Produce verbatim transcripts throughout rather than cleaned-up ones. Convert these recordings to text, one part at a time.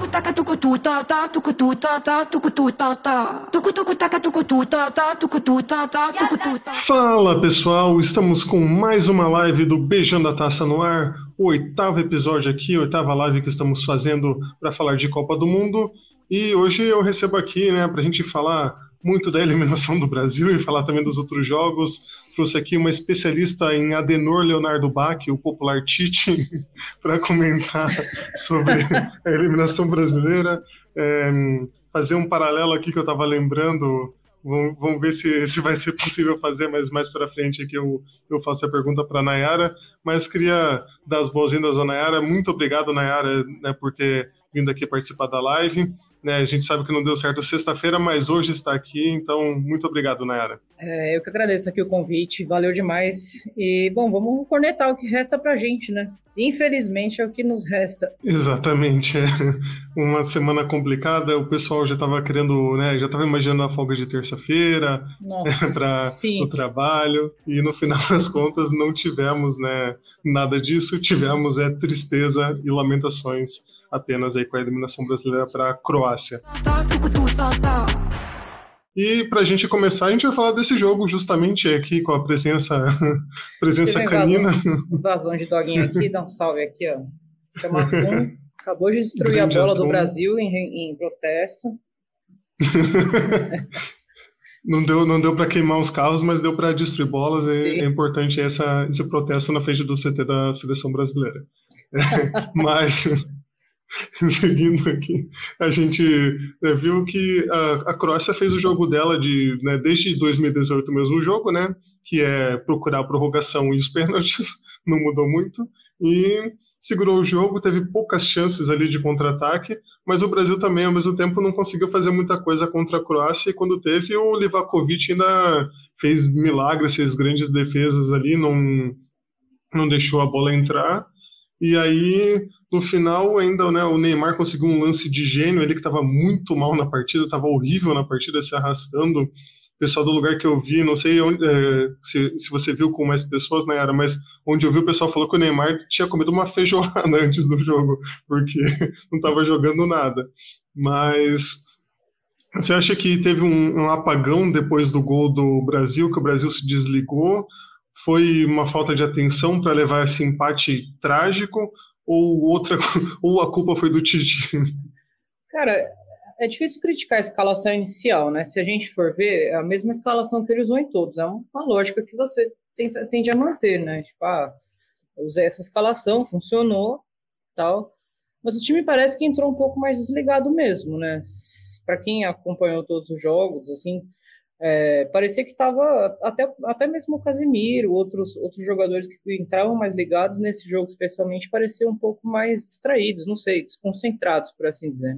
tucu taca tucutu tá tá tucutu tá tá tucutu tá tá tucu tucu taca tucutu tá tá tucutu tá tá tucutu tá. Fala pessoal, estamos com mais uma live do Beijando a Taça no ar, o oitavo episódio aqui, a oitava live que estamos fazendo para falar de Copa do Mundo. E hoje eu recebo aqui, né, para a gente falar muito da eliminação do Brasil e falar também dos outros jogos. Trouxe aqui uma especialista em Adenor Leonardo Bach, o popular Tite, para comentar sobre a eliminação brasileira. É, fazer um paralelo aqui que eu estava lembrando, vamos, vamos ver se, se vai ser possível fazer, mas mais para frente aqui eu, eu faço a pergunta para a Nayara. Mas queria dar as boas-vindas à Nayara. Muito obrigado, Nayara, né, por ter vindo aqui participar da live. Né, a gente sabe que não deu certo sexta-feira, mas hoje está aqui, então muito obrigado, Nayara. É, eu que agradeço aqui o convite, valeu demais. E, bom, vamos cornetar o que resta pra gente, né? Infelizmente é o que nos resta. Exatamente, é uma semana complicada, o pessoal já estava querendo, né, já estava imaginando a folga de terça-feira para o trabalho, e no final das contas não tivemos, né, nada disso, tivemos é, tristeza e lamentações apenas aí com a eliminação brasileira para a Croácia. E para a gente começar, a gente vai falar desse jogo justamente aqui com a presença, presença canina. Um vazão de doguinho aqui, dá um salve aqui, ó. Chama Tum, acabou de destruir Grande a bola Atum. do Brasil em, em protesto. Não deu, não deu para queimar os carros, mas deu para destruir bolas. É, é importante essa, esse protesto na frente do C T da seleção brasileira. É, mas... Seguindo aqui, a gente né, viu que a, a Croácia fez o jogo dela de, né, desde dois mil e dezoito, o mesmo jogo, né, que é procurar a prorrogação e os pênaltis, não mudou muito, e segurou o jogo, teve poucas chances ali de contra-ataque, mas o Brasil também, ao mesmo tempo, não conseguiu fazer muita coisa contra a Croácia, e quando teve, o Livakovic ainda fez milagres, fez grandes defesas ali, não, não deixou a bola entrar. E aí, no final, ainda né, o Neymar conseguiu um lance de gênio, ele que estava muito mal na partida, estava horrível na partida, se arrastando. O pessoal do lugar que eu vi, não sei onde, é, se, se você viu com mais pessoas, Nayara, mas onde eu vi o pessoal falou que o Neymar tinha comido uma feijoada antes do jogo, porque não estava jogando nada. Mas você acha que teve um, um apagão depois do gol do Brasil, que o Brasil se desligou? Foi uma falta de atenção para levar esse empate trágico ou outra, ou a culpa foi do Tite? Cara, é difícil criticar a escalação inicial, né? Se a gente for ver, é a mesma escalação que ele usou em todos. É uma lógica que você tenta, tende a manter, né? Tipo, ah, eu usei essa escalação, funcionou, tal. Mas o time parece que entrou um pouco mais desligado mesmo, né? Para quem acompanhou todos os jogos, assim... É, parecia que estava até, até mesmo o Casemiro, outros, outros jogadores que entravam mais ligados nesse jogo especialmente pareciam um pouco mais distraídos, não sei, desconcentrados, por assim dizer.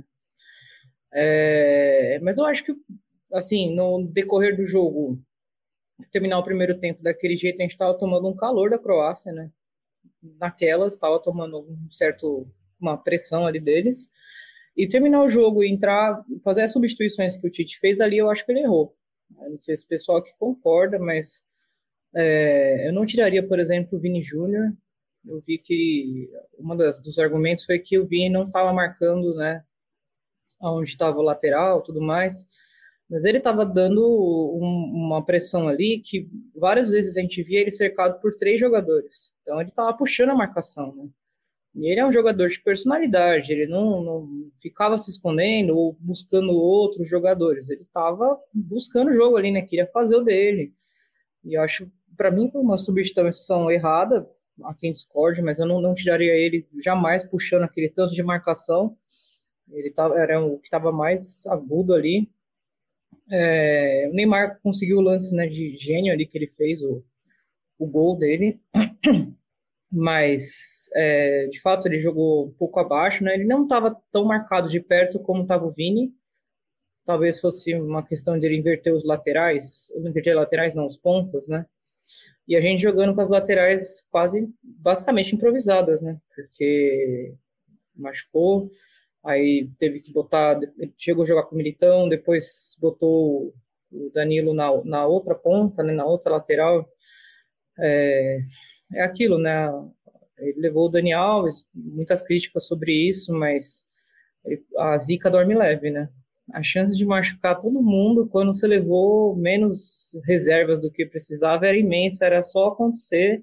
É, mas eu acho que assim, no decorrer do jogo, terminar o primeiro tempo daquele jeito, a gente estava tomando um calor da Croácia, né? Naquelas, estava tomando um certo, uma pressão ali deles, e terminar o jogo e entrar, fazer as substituições que o Tite fez ali, eu acho que ele errou. Eu não sei se o pessoal que concorda, mas é, eu não tiraria, por exemplo, o Vini Júnior. Eu vi que um dos argumentos foi que o Vini não estava marcando, né, onde estava o lateral, tudo mais, mas ele estava dando um, uma pressão ali que várias vezes a gente via ele cercado por três jogadores. Então ele estava puxando a marcação, né? E ele é um jogador de personalidade, ele não, não ficava se escondendo ou buscando outros jogadores, ele estava buscando o jogo ali, né? Queria fazer o dele. E eu acho, para mim, foi uma substituição errada, a quem discorde, mas eu não, não tiraria ele jamais puxando aquele tanto de marcação. Ele tava, era o que estava mais agudo ali. É, o Neymar conseguiu o lance, né, de gênio ali que ele fez, o, o gol dele. Mas, é, de fato, ele jogou um pouco abaixo, né? Ele não estava tão marcado de perto como estava o Vini. Talvez fosse uma questão de ele inverter os laterais, ou inverter laterais, não, os pontas, né? E a gente jogando com as laterais quase, basicamente improvisadas, né? Porque machucou, aí teve que botar, chegou a jogar com o Militão, depois botou o Danilo na, na outra ponta, né? Na outra lateral. É... É aquilo, né? Ele levou o Dani Alves, muitas críticas sobre isso, mas a zica dorme leve, né? A chance de machucar todo mundo quando você levou menos reservas do que precisava era imensa, era só acontecer.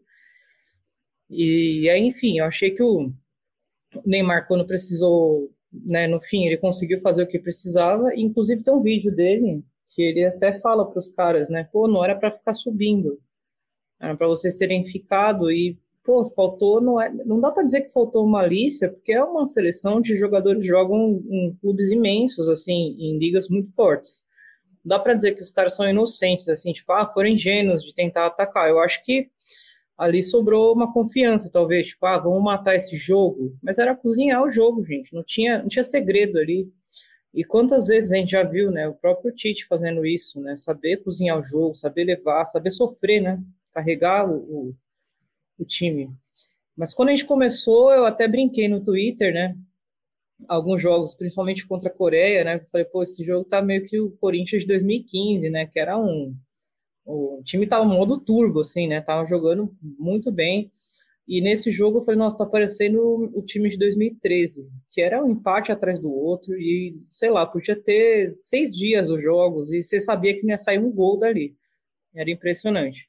E aí, enfim, eu achei que o Neymar, quando precisou, né, no fim, ele conseguiu fazer o que precisava. Inclusive tem um vídeo dele que ele até fala para os caras, né? Pô, não era para ficar subindo, era para vocês terem ficado. E, pô, faltou, não, é, não dá para dizer que faltou malícia, porque é uma seleção de jogadores que jogam em clubes imensos, assim, em ligas muito fortes. Não dá para dizer que os caras são inocentes, assim, tipo, ah, foram ingênuos de tentar atacar. Eu acho que ali sobrou uma confiança, talvez, tipo, ah, vamos matar esse jogo. Mas era cozinhar o jogo, gente, não tinha, não tinha segredo ali. E quantas vezes a gente já viu, né, o próprio Tite fazendo isso, né, saber cozinhar o jogo, saber levar, saber sofrer, né, carregar o, o, o time. Mas quando a gente começou, eu até brinquei no Twitter, né, alguns jogos, principalmente contra a Coreia, né, eu falei, pô, esse jogo tá meio que o Corinthians de dois mil e quinze, né, que era um... O time tava no modo turbo, assim, né, tava jogando muito bem. E nesse jogo eu falei, nossa, tá parecendo o time de dois mil e treze, que era um empate atrás do outro e, sei lá, podia ter seis dias os jogos e você sabia que não ia sair um gol dali. Era impressionante.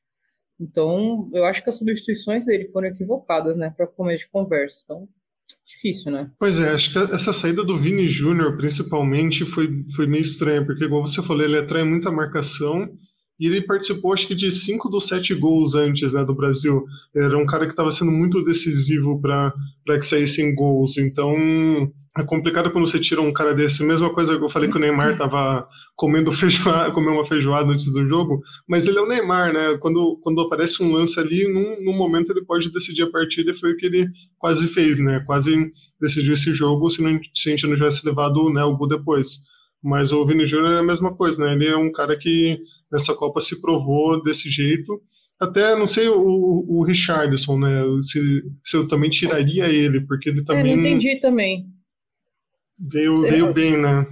Então, eu acho que as substituições dele foram equivocadas, né, para começo de conversa. Então, difícil, né? Pois é, acho que essa saída do Vini Júnior, principalmente, foi, foi meio estranha, porque, igual você falou, ele atrai muita marcação. E ele participou, acho que, de cinco dos sete gols antes, né, do Brasil. Era um cara que estava sendo muito decisivo para que saíssem gols. Então, é complicado quando você tira um cara desse. Mesma coisa que eu falei que o Neymar estava comendo feijoada, comeu uma feijoada antes do jogo, mas ele é o Neymar, né? Quando, quando aparece um lance ali, num, num momento ele pode decidir a partida, e foi o que ele quase fez, né? Quase decidiu esse jogo se, não, se a gente não tivesse levado, né, o gol depois. Mas o Vini Júnior é a mesma coisa, né? Ele é um cara que nessa Copa se provou desse jeito. Até, não sei, o, o Richarlison, né? Se, se eu também tiraria ele, porque ele também... É, não entendi também. Veio, veio bem, né?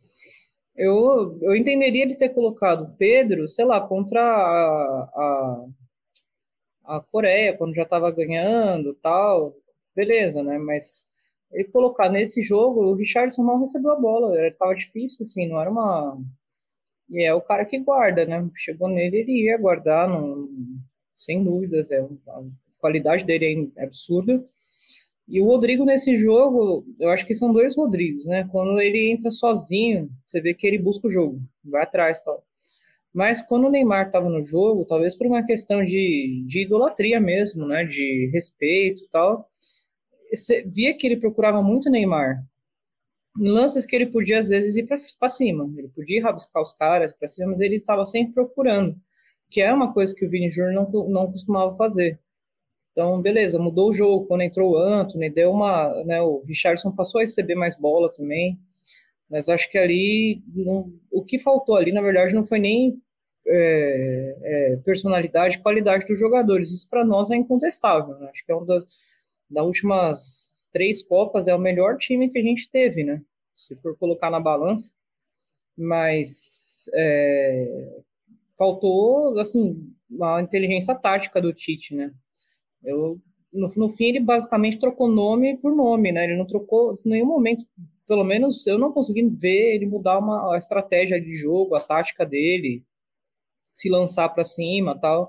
Eu, eu entenderia ele ter colocado o Pedro, sei lá, contra a, a, a Coreia, quando já estava ganhando e tal. Beleza, né? Mas ele colocar nesse jogo, o Richarlison não recebeu a bola. Estava difícil, assim, não era uma... E é o cara que guarda, né? Chegou nele, ele ia guardar, não, sem dúvidas. É, a qualidade dele é absurda. E o Rodrigo nesse jogo, eu acho que são dois Rodrigos, né? Quando ele entra sozinho, você vê que ele busca o jogo, vai atrás e tal. Mas quando o Neymar estava no jogo, talvez por uma questão de, de idolatria mesmo, né? De respeito e tal, você via que ele procurava muito o Neymar. Lances que ele podia, às vezes, ir para cima. Ele podia rabiscar os caras para cima, mas ele estava sempre procurando, que é uma coisa que o Vini Júnior não, não costumava fazer. Então, beleza, mudou o jogo. Quando entrou o Antony, deu uma... Né, o Richarlison passou a receber mais bola também, mas acho que ali... Não, o que faltou ali, na verdade, não foi nem é, é, personalidade, qualidade dos jogadores. Isso, para nós, é incontestável. Né? Acho que é uma das, das últimas três Copas, é o melhor time que a gente teve, né? Se for colocar na balança. Mas é, faltou, assim, uma inteligência tática do Tite, né? Eu, no, no fim, ele basicamente trocou nome por nome, né? Ele não trocou em nenhum momento, pelo menos eu não consegui ver ele mudar uma, a estratégia de jogo, a tática dele, se lançar para cima e tal.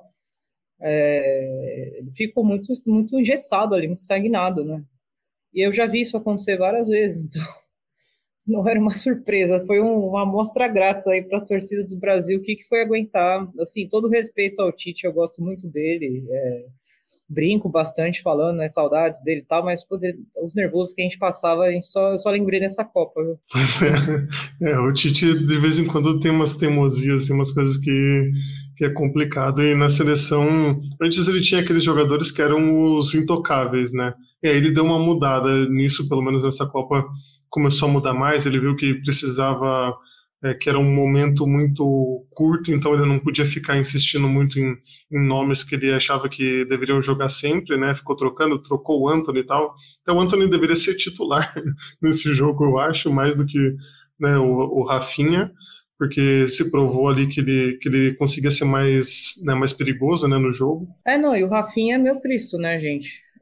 É, ele ficou muito, muito engessado ali, muito estagnado, né? E eu já vi isso acontecer várias vezes, então não era uma surpresa, foi um, uma amostra grátis aí para a torcida do Brasil, o que, que foi aguentar. Assim, todo respeito ao Tite, eu gosto muito dele, é, brinco bastante falando, né, saudades dele e tal, mas pô, os nervosos que a gente passava, a gente só, só lembrei nessa Copa, viu? Pois é. É, o Tite de vez em quando tem umas teimosias, assim, umas coisas que, que é complicado, e na seleção, antes ele tinha aqueles jogadores que eram os intocáveis, né, e aí ele deu uma mudada nisso, pelo menos nessa Copa começou a mudar mais, ele viu que precisava... É, que era um momento muito curto, então ele não podia ficar insistindo muito em, em nomes que ele achava que deveriam jogar sempre, né? Ficou trocando, trocou o Antony e tal. Então o Antony deveria ser titular nesse jogo, eu acho, mais do que, né, o, o Rafinha, porque se provou ali que ele, que ele conseguia ser mais, né, mais perigoso, né, no jogo. É, não, e o Rafinha é meu Cristo, né, gente?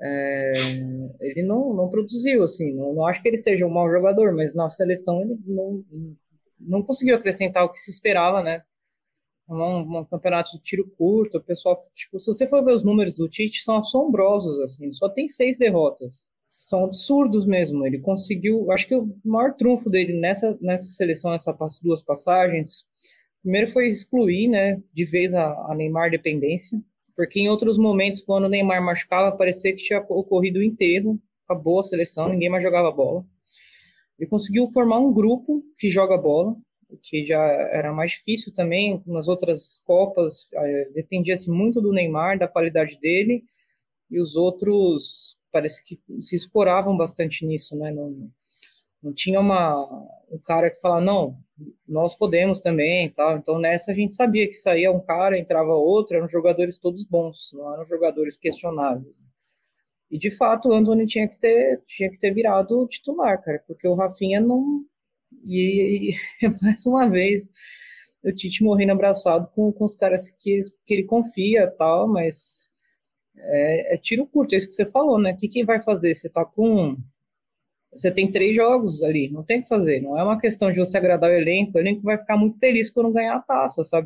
é, ele não, não produziu, assim, não, não acho que ele seja um mau jogador, mas na seleção ele não, não conseguiu acrescentar o que se esperava, né? Um, um campeonato de tiro curto, o pessoal, tipo, se você for ver os números do Tite, são assombrosos, assim, só tem seis derrotas. São absurdos mesmo. Ele conseguiu, acho que o maior trunfo dele nessa, nessa seleção, essas duas passagens, primeiro foi excluir, né, de vez a, a Neymar dependência, porque em outros momentos, quando o Neymar machucava, parecia que tinha ocorrido o enterro, acabou a seleção, ninguém mais jogava bola. Ele conseguiu formar um grupo que joga bola, que já era mais difícil também. Nas outras Copas, dependia-se muito do Neymar, da qualidade dele, e os outros parece que se escoravam bastante nisso, né? Não, não tinha uma, um cara que falava, não, nós podemos também, tal. Então nessa a gente sabia que saía um cara, entrava outro, eram jogadores todos bons, não eram jogadores questionáveis. E de fato o Antony tinha que ter, tinha que ter virado titular, cara, porque o Rafinha não... E, e mais uma vez o Tite morrendo abraçado com, com os caras que, que ele confia, tal, mas é, é tiro curto, é isso que você falou, né? O que, que vai fazer? Você tá com... Você tem três jogos ali, não tem o que fazer. Não é uma questão de você agradar o elenco, o elenco vai ficar muito feliz quando ganhar a taça, sabe?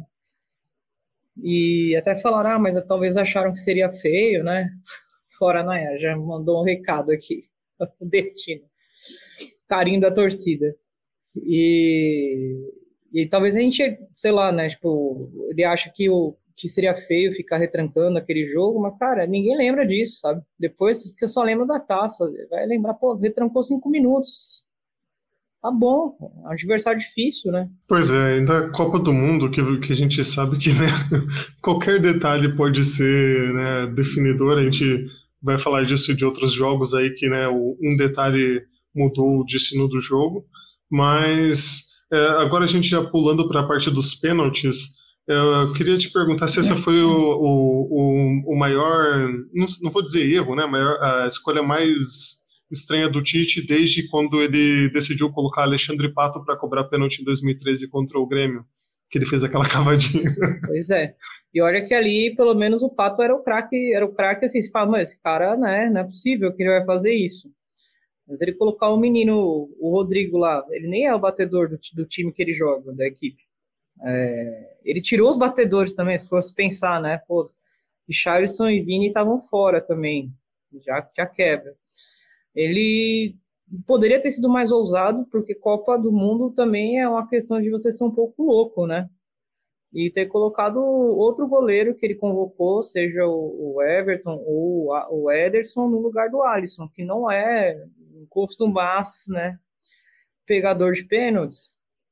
E até falaram, ah, mas talvez acharam que seria feio, né? Fora, Naya, já mandou um recado aqui. O destino. Carinho da torcida. E, e talvez a gente, sei lá, né, tipo, ele acha que, o, que seria feio ficar retrancando aquele jogo, mas, cara, ninguém lembra disso, sabe? Depois que eu só lembro da taça, vai lembrar, pô, retrancou cinco minutos. Tá bom, é um adversário difícil, né? Pois é, ainda a Copa do Mundo, que, que a gente sabe que, né, qualquer detalhe pode ser, né, definidor. A gente vai falar disso de outros jogos aí, que, né, um detalhe mudou o destino do jogo. Mas é, agora a gente já pulando para a parte dos pênaltis, eu queria te perguntar se essa foi o, o, o maior, não, não vou dizer erro, né, maior, a escolha mais estranha do Tite desde quando ele decidiu colocar Alexandre Pato para cobrar pênalti em dois mil e treze contra o Grêmio, que ele fez aquela cavadinha. Pois é. E olha que ali, pelo menos, o Pato era o craque, era o craque assim, você fala, mas esse cara, né, não é possível que ele vai fazer isso. Mas ele colocar o menino, o Rodrigo lá, ele nem é o batedor do, do time que ele joga, da equipe. É, ele tirou os batedores também, se fosse pensar, né? Pô, Richarlison e Vini estavam fora também, já, já quebra. Ele poderia ter sido mais ousado, porque Copa do Mundo também é uma questão de você ser um pouco louco, né? E ter colocado outro goleiro que ele convocou, seja o Everton ou o Ederson, no lugar do Alisson, que não é costumasse, né, pegador de pênaltis.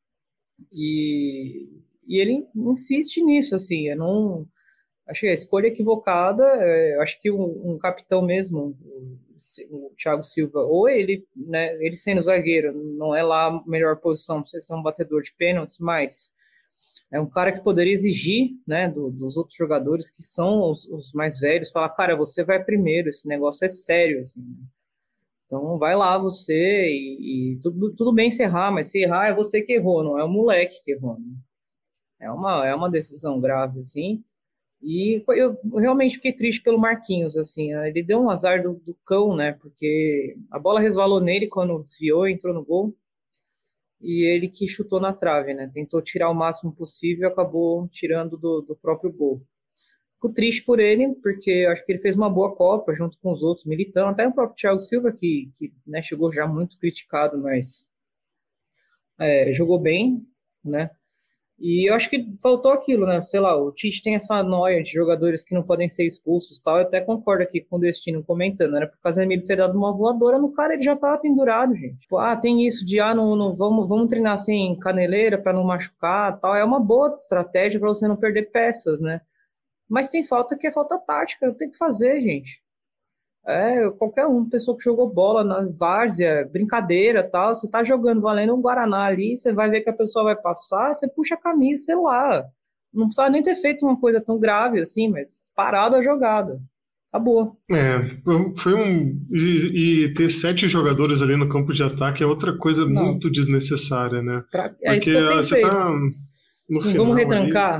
E, e ele insiste nisso, assim, eu não... Acho que a escolha equivocada, eu acho que um, um capitão mesmo, o, o Thiago Silva, ou ele, né, ele sendo zagueiro, não é lá a melhor posição para você ser um batedor de pênaltis, mas é um cara que poderia exigir, né, do, dos outros jogadores que são os, os mais velhos, falar, cara, você vai primeiro, esse negócio é sério, assim. Então vai lá você e, e tudo, tudo bem se errar, mas se errar é você que errou, não é o moleque que errou, né? É uma, é uma decisão grave, assim. E eu realmente fiquei triste pelo Marquinhos, assim, ele deu um azar do, do cão, né, porque a bola resvalou nele quando desviou, entrou no gol, e ele que chutou na trave, né, tentou tirar o máximo possível e acabou tirando do, do próprio gol. Fico triste por ele, porque acho que ele fez uma boa Copa junto com os outros, militando, até o próprio Thiago Silva, que, que né, chegou já muito criticado, mas é, jogou bem, né, e eu acho que faltou aquilo, né, sei lá, o Tite tem essa noia de jogadores que não podem ser expulsos e tal, eu até concordo aqui com o Destino comentando, era pro Casemiro ter dado uma voadora no cara, ele já tava pendurado, gente. Tipo, ah, tem isso de, ah, não, não vamos, vamos treinar sem caneleira para não machucar tal, é uma boa estratégia para você não perder peças, né. Mas tem falta que é falta tática, tem que fazer, gente. É, qualquer um, pessoa que jogou bola na várzea, brincadeira tal, você tá jogando valendo um Guaraná ali, você vai ver que a pessoa vai passar, você puxa a camisa, sei lá. Não precisava nem ter feito uma coisa tão grave assim, mas parado a jogada. Acabou. É, foi um... E, e ter sete jogadores ali no campo de ataque é outra coisa não. muito desnecessária, né? Pra, é Porque isso que eu pensei. Você tá no não final vamos retrancar? ali...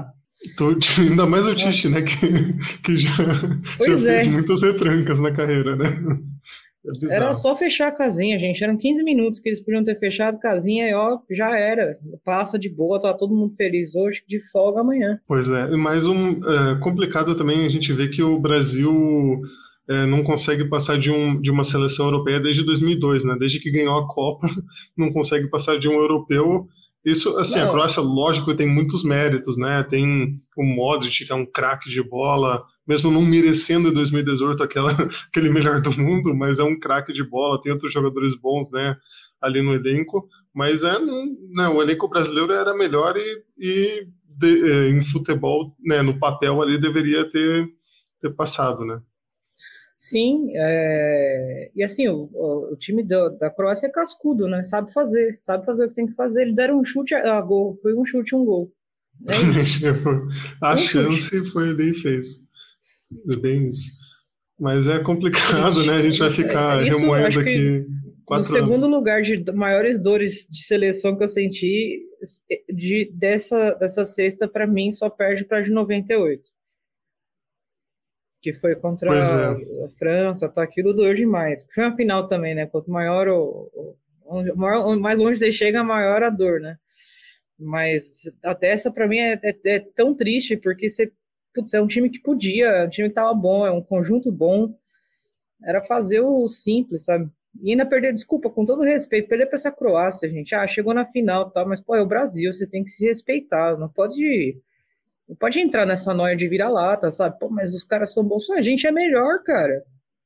Tô, ainda mais o Tite, né? Que, que já, pois já é. fez muitas retrancas na carreira, né? É era só fechar a casinha, gente. Eram quinze minutos que eles podiam ter fechado a casinha e ó, já era. Passa de boa, tá todo mundo feliz hoje, de folga amanhã. Pois é, e mais um é, complicado também a gente vê que o Brasil é, não consegue passar de, um, de uma seleção europeia desde dois mil e dois, né? Desde que ganhou a Copa, não consegue passar de um europeu. Isso, assim, não. A Croácia, lógico, tem muitos méritos, né? Tem o Modric, que é um craque de bola, mesmo não merecendo em dois mil e dezoito aquela, aquele melhor do mundo, mas é um craque de bola, tem outros jogadores bons, né, ali no elenco, mas é, não, o elenco brasileiro era melhor e, e de, é, em futebol, né, no papel ali deveria ter, ter passado, né? Sim, é... e assim, o, o time da, da Croácia é cascudo, né? Sabe fazer, sabe fazer o que tem que fazer. Eles deram um chute a gol, foi um chute, um gol. É a um chance chute. Foi bem fez. Bem isso. Mas é complicado, né? A gente vai ficar é, isso, remoendo aqui quatro No anos. segundo lugar de maiores dores de seleção que eu senti, de, dessa, dessa sexta, para mim, só perde para a de noventa e oito. Que foi contra é. a França, tá, aquilo doeu demais. Foi uma final também, né? Quanto maior o, o maior, mais longe você chega, maior a dor, né? Mas até essa para mim é, é, é tão triste, porque você, putz, é um time que podia, é um time que tava bom, é um conjunto bom, era fazer o simples, sabe? E ainda perder, desculpa, com todo respeito, perder para essa Croácia, gente. Ah, chegou na final, tá, mas pô, é o Brasil, você tem que se respeitar, não pode... Não pode entrar nessa noia de vira-lata, sabe? Pô, mas os caras são bons. A gente é melhor, cara.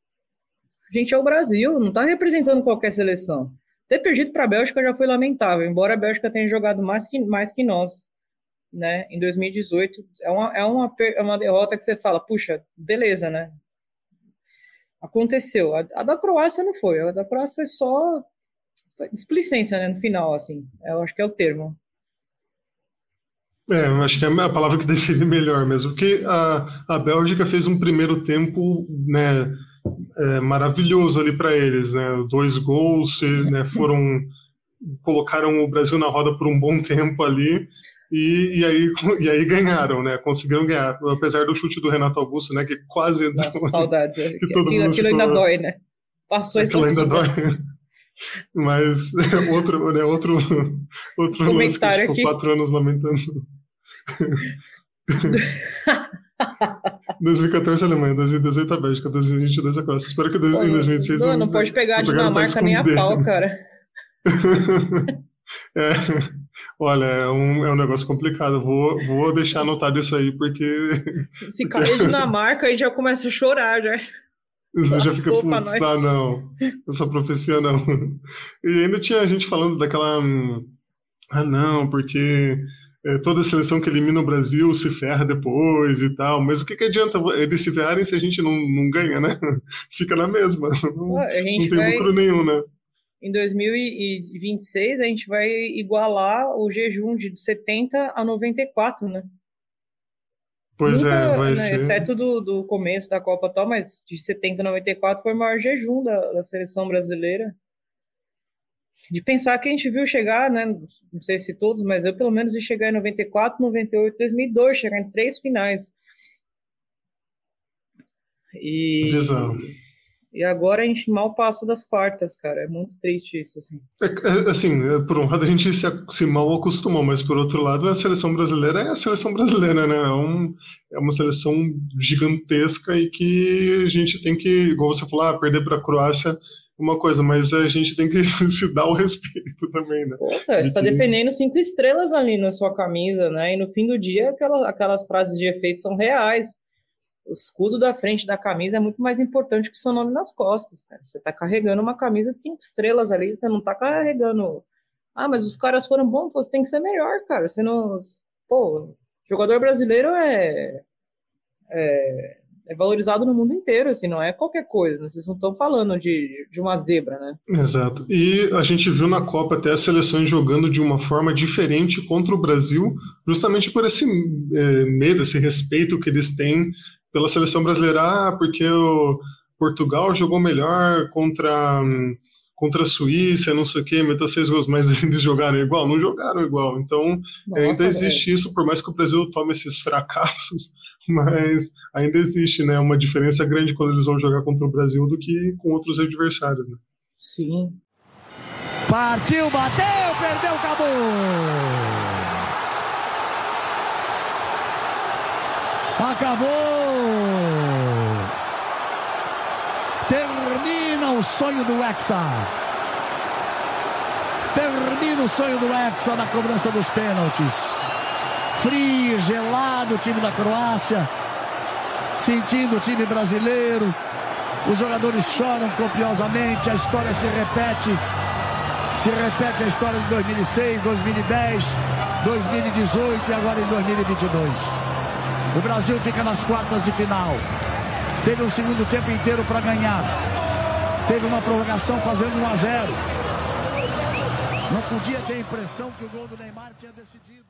A gente é o Brasil, não tá representando qualquer seleção. Ter perdido para a Bélgica já foi lamentável, embora a Bélgica tenha jogado mais que, mais que nós, né? Em dois mil e dezoito. É uma, é, uma, é uma derrota que você fala, puxa, beleza, né? Aconteceu. A, a da Croácia não foi. A da Croácia foi só displicência, né? No final, assim. Eu acho que é o termo. É, eu acho que é a palavra que define melhor mesmo, porque a, a Bélgica fez um primeiro tempo, né, é, maravilhoso ali para eles, né, dois gols, né, foram, colocaram o Brasil na roda por um bom tempo ali, e, e, aí, e aí ganharam, né, conseguiram ganhar, apesar do chute do Renato Augusto, né, que quase... Nossa, saudades, que todo aquilo, mundo aquilo ainda dói, né, passou isso aquilo ainda dói. Mas outro, né, outro, outro comentário lance que ficou quatro anos lamentando. dois mil e catorze a Alemanha, dois mil e dezoito a Bélgica, dois mil e vinte e dois a Croácia. Espero que em dois mil e vinte e seis não, não, não pode pegar a Dinamarca nem a pau, cara. É, olha, é um, é um negócio complicado. Vou, vou deixar anotado isso aí, porque... Se porque... cair a Dinamarca, aí já começa a chorar, já. Você já fica, putz, ah, não, essa profecia não. E ainda tinha gente falando daquela... Ah, não, porque... É, toda seleção que elimina o Brasil se ferra depois e tal, mas o que, que adianta eles se ferrarem se a gente não, não ganha, né? Fica na mesma, não, a gente não tem vai, lucro nenhum, né? Em dois mil e vinte e seis a gente vai igualar o jejum de setenta a noventa e quatro, né? Pois Nunca, é, vai né, ser. Exceto do, do começo da Copa tal, mas de setenta a noventa e quatro foi o maior jejum da, da seleção brasileira. De pensar que a gente viu chegar, né, não sei se todos, mas eu pelo menos vi chegar em noventa e quatro, noventa e oito, dois mil e dois, chegar em três finais. E, Visão. e agora a gente mal passa das quartas, cara, é muito triste isso, assim. É, é, assim, por um lado a gente se, se mal acostumou, mas por outro lado a seleção brasileira é a seleção brasileira, né, é, um, é uma seleção gigantesca e que a gente tem que, igual você falou, ah, perder para a Croácia uma coisa, mas a gente tem que se dar o respeito também, né? Pô, cara, você tá que... defendendo cinco estrelas ali na sua camisa, né? E no fim do dia, aquelas, aquelas frases de efeito são reais. O escudo da frente da camisa é muito mais importante que o seu nome nas costas, cara. Você tá carregando uma camisa de cinco estrelas ali, você não tá carregando... Ah, mas os caras foram bons, você tem que ser melhor, cara. Você não... Pô, jogador brasileiro é... é... é valorizado no mundo inteiro, assim, não é qualquer coisa, né? Vocês não estão falando de, de uma zebra, né? Exato. E a gente viu na Copa até as seleções jogando de uma forma diferente contra o Brasil, justamente por esse é, medo, esse respeito que eles têm pela seleção brasileira, ah, porque o Portugal jogou melhor contra, contra a Suíça, não sei o quê, meteu seis gols, mas eles jogaram igual? Não jogaram igual. Então, Nossa, ainda existe é. isso, por mais que o Brasil tome esses fracassos, mas ainda existe, né, uma diferença grande quando eles vão jogar contra o Brasil do que com outros adversários, né? Sim. Partiu, bateu, perdeu, acabou! Acabou! Termina o sonho do Hexa. Termina o sonho do Hexa na cobrança dos pênaltis. Frio, gelado o time da Croácia. Sentindo o time brasileiro. Os jogadores choram copiosamente. A história se repete. Se repete a história de dois mil e seis, dois mil e dez, dois mil e dezoito e agora em dois mil e vinte e dois. O Brasil fica nas quartas de final. Teve um segundo tempo inteiro para ganhar. Teve uma prorrogação fazendo um a zero. Não podia ter a impressão que o gol do Neymar tinha decidido.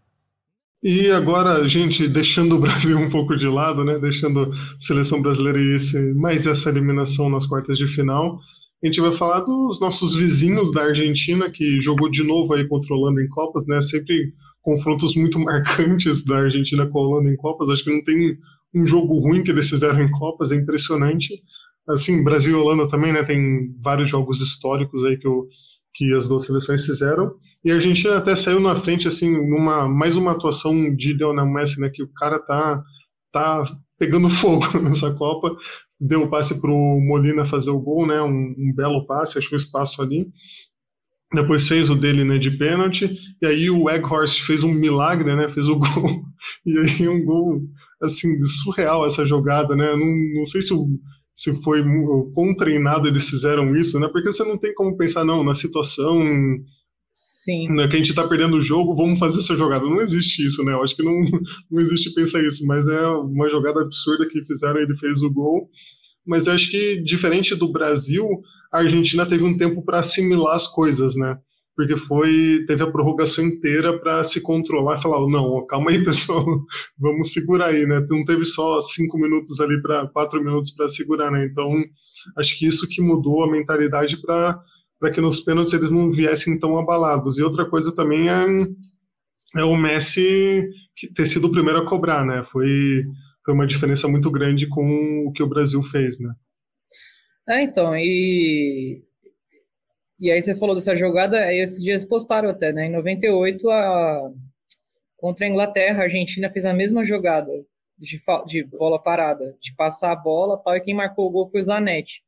E agora, gente, deixando o Brasil um pouco de lado, né? Deixando a seleção brasileira e esse, mais essa eliminação nas quartas de final, a gente vai falar dos nossos vizinhos da Argentina, que jogou de novo aí contra a Holanda em Copas, né? Sempre confrontos muito marcantes da Argentina com a Holanda em Copas. Acho que não tem um jogo ruim que eles fizeram em Copas, é impressionante. Assim, Brasil e Holanda também, né? Tem vários jogos históricos aí que, o, que as duas seleções fizeram. E a Argentina até saiu na frente, assim, numa mais uma atuação de Lionel Messi, né? Que o cara tá, tá pegando fogo nessa Copa. Deu o passe para o Molina fazer o gol, né? Um, um belo passe, achou espaço ali. Depois fez o dele, né, de pênalti. E aí o Weghorst fez um milagre, né? Fez o gol. E aí um gol, assim, surreal essa jogada, né? Não, não sei se, o, se foi o quão treinado eles fizeram isso, né? Porque você não tem como pensar, não, na situação... Sim. Né, que a gente tá perdendo o jogo, vamos fazer essa jogada. Não existe isso, né? Eu acho que não, não existe pensar isso, mas é uma jogada absurda que fizeram, ele fez o gol. Mas eu acho que, diferente do Brasil, a Argentina teve um tempo para assimilar as coisas, né? Porque foi, teve a prorrogação inteira para se controlar e falar, não, calma aí, pessoal, vamos segurar aí, né? Não teve só cinco minutos ali, para quatro minutos para segurar, né? Então, acho que isso que mudou a mentalidade para para que nos pênaltis eles não viessem tão abalados. E outra coisa também é, é o Messi ter sido o primeiro a cobrar, né? Foi, foi uma diferença muito grande com o que o Brasil fez, né? É, então, e, e aí você falou dessa jogada, aí esses dias postaram até, né? Em noventa e oito, a, contra a Inglaterra, a Argentina fez a mesma jogada de, de bola parada, de passar a bola, tal, e quem marcou o gol foi o Zanetti.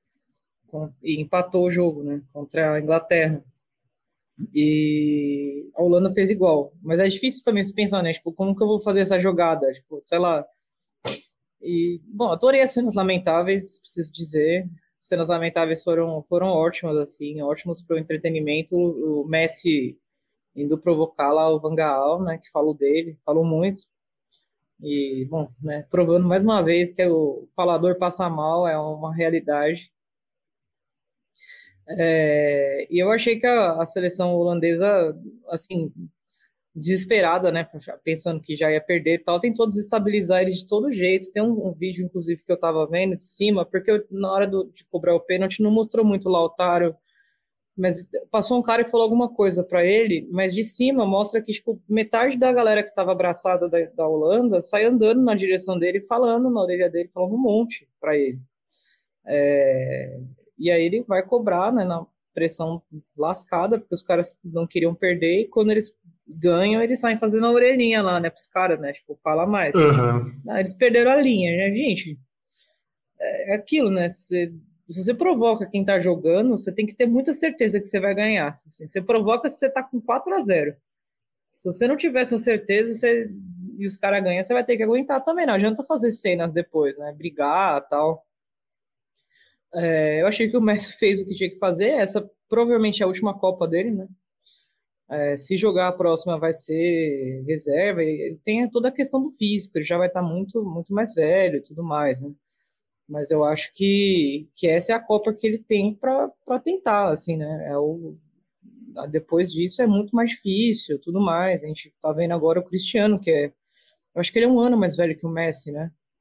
E empatou o jogo, né, contra a Inglaterra. E a Holanda fez igual. Mas é difícil também se pensar, né, tipo, como que eu vou fazer essa jogada? Tipo, sei lá. E, bom, adorei as cenas lamentáveis, preciso dizer. Cenas lamentáveis foram, foram ótimas, assim, ótimos para o entretenimento. O Messi indo provocar lá o Van Gaal, né, que falou dele, falou muito. E, bom, né, provando mais uma vez que o falador passa mal, é uma realidade. É, e eu achei que a, a seleção holandesa, assim, desesperada, né, pensando que já ia perder e tal, tentou desestabilizar eles de todo jeito. Tem um, um vídeo, inclusive, que eu tava vendo de cima, porque eu, na hora do, de cobrar o pênalti não mostrou muito o Lautaro, mas passou um cara e falou alguma coisa para ele, mas de cima mostra que, tipo, metade da galera que tava abraçada da, da Holanda sai andando na direção dele, falando na orelha dele, falando um monte para ele. É... E aí ele vai cobrar, né, na pressão lascada, porque os caras não queriam perder, e quando eles ganham, eles saem fazendo a orelhinha lá, né, pros caras, né, tipo, fala mais. Uhum. Ah, eles perderam a linha, né, gente? É aquilo, né, se, se você provoca quem tá jogando, você tem que ter muita certeza que você vai ganhar. Assim, você provoca se você tá com quatro a zero. Se você não tiver essa certeza, você, e os caras ganham, você vai ter que aguentar também, não adianta fazer cenas depois, né, brigar e tal. É, eu achei que o Messi fez o que tinha que fazer. Essa provavelmente é a última Copa dele, né? É, se jogar a próxima vai ser reserva. Ele tem toda a questão do físico, ele já vai estar muito, muito mais velho e tudo mais, né? Mas eu acho que, que essa é a Copa que ele tem para tentar, assim, né? É o, depois disso é muito mais difícil, tudo mais. A gente tá vendo agora o Cristiano, que é... Eu acho que ele é um ano mais velho que o Messi, né?